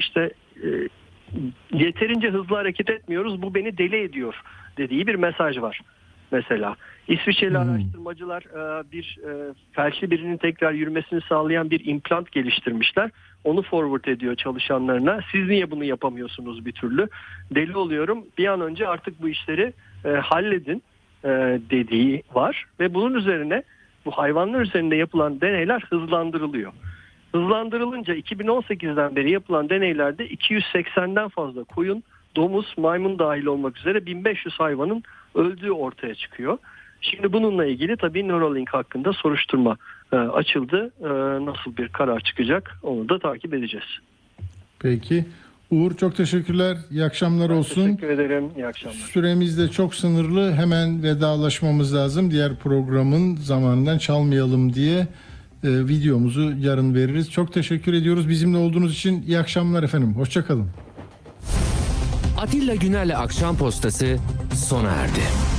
yeterince hızlı hareket etmiyoruz, bu beni deli ediyor dediği bir mesaj var mesela. İsviçreli araştırmacılar bir felçli birinin tekrar yürümesini sağlayan bir implant geliştirmişler. Onu forward ediyor çalışanlarına. Siz niye bunu yapamıyorsunuz bir türlü? Deli oluyorum. Bir an önce artık bu işleri halledin dediği var ve bunun üzerine bu hayvanlar üzerinde yapılan deneyler hızlandırılıyor. Hızlandırılınca 2018'den beri yapılan deneylerde 280'den fazla koyun, domuz, maymun dahil olmak üzere 1500 hayvanın öldüğü ortaya çıkıyor. Şimdi bununla ilgili tabii Neuralink hakkında soruşturma açıldı. Nasıl bir karar çıkacak onu da takip edeceğiz. Peki. Uğur çok teşekkürler. İyi akşamlar olsun. Teşekkür ederim. İyi akşamlar. Süremiz de çok sınırlı. Hemen vedalaşmamız lazım. Diğer programın zamanından çalmayalım diye videomuzu yarın veririz. Çok teşekkür ediyoruz. Bizimle olduğunuz için iyi akşamlar efendim. Hoşça kalın. Atilla Güner'le Akşam Postası sona erdi.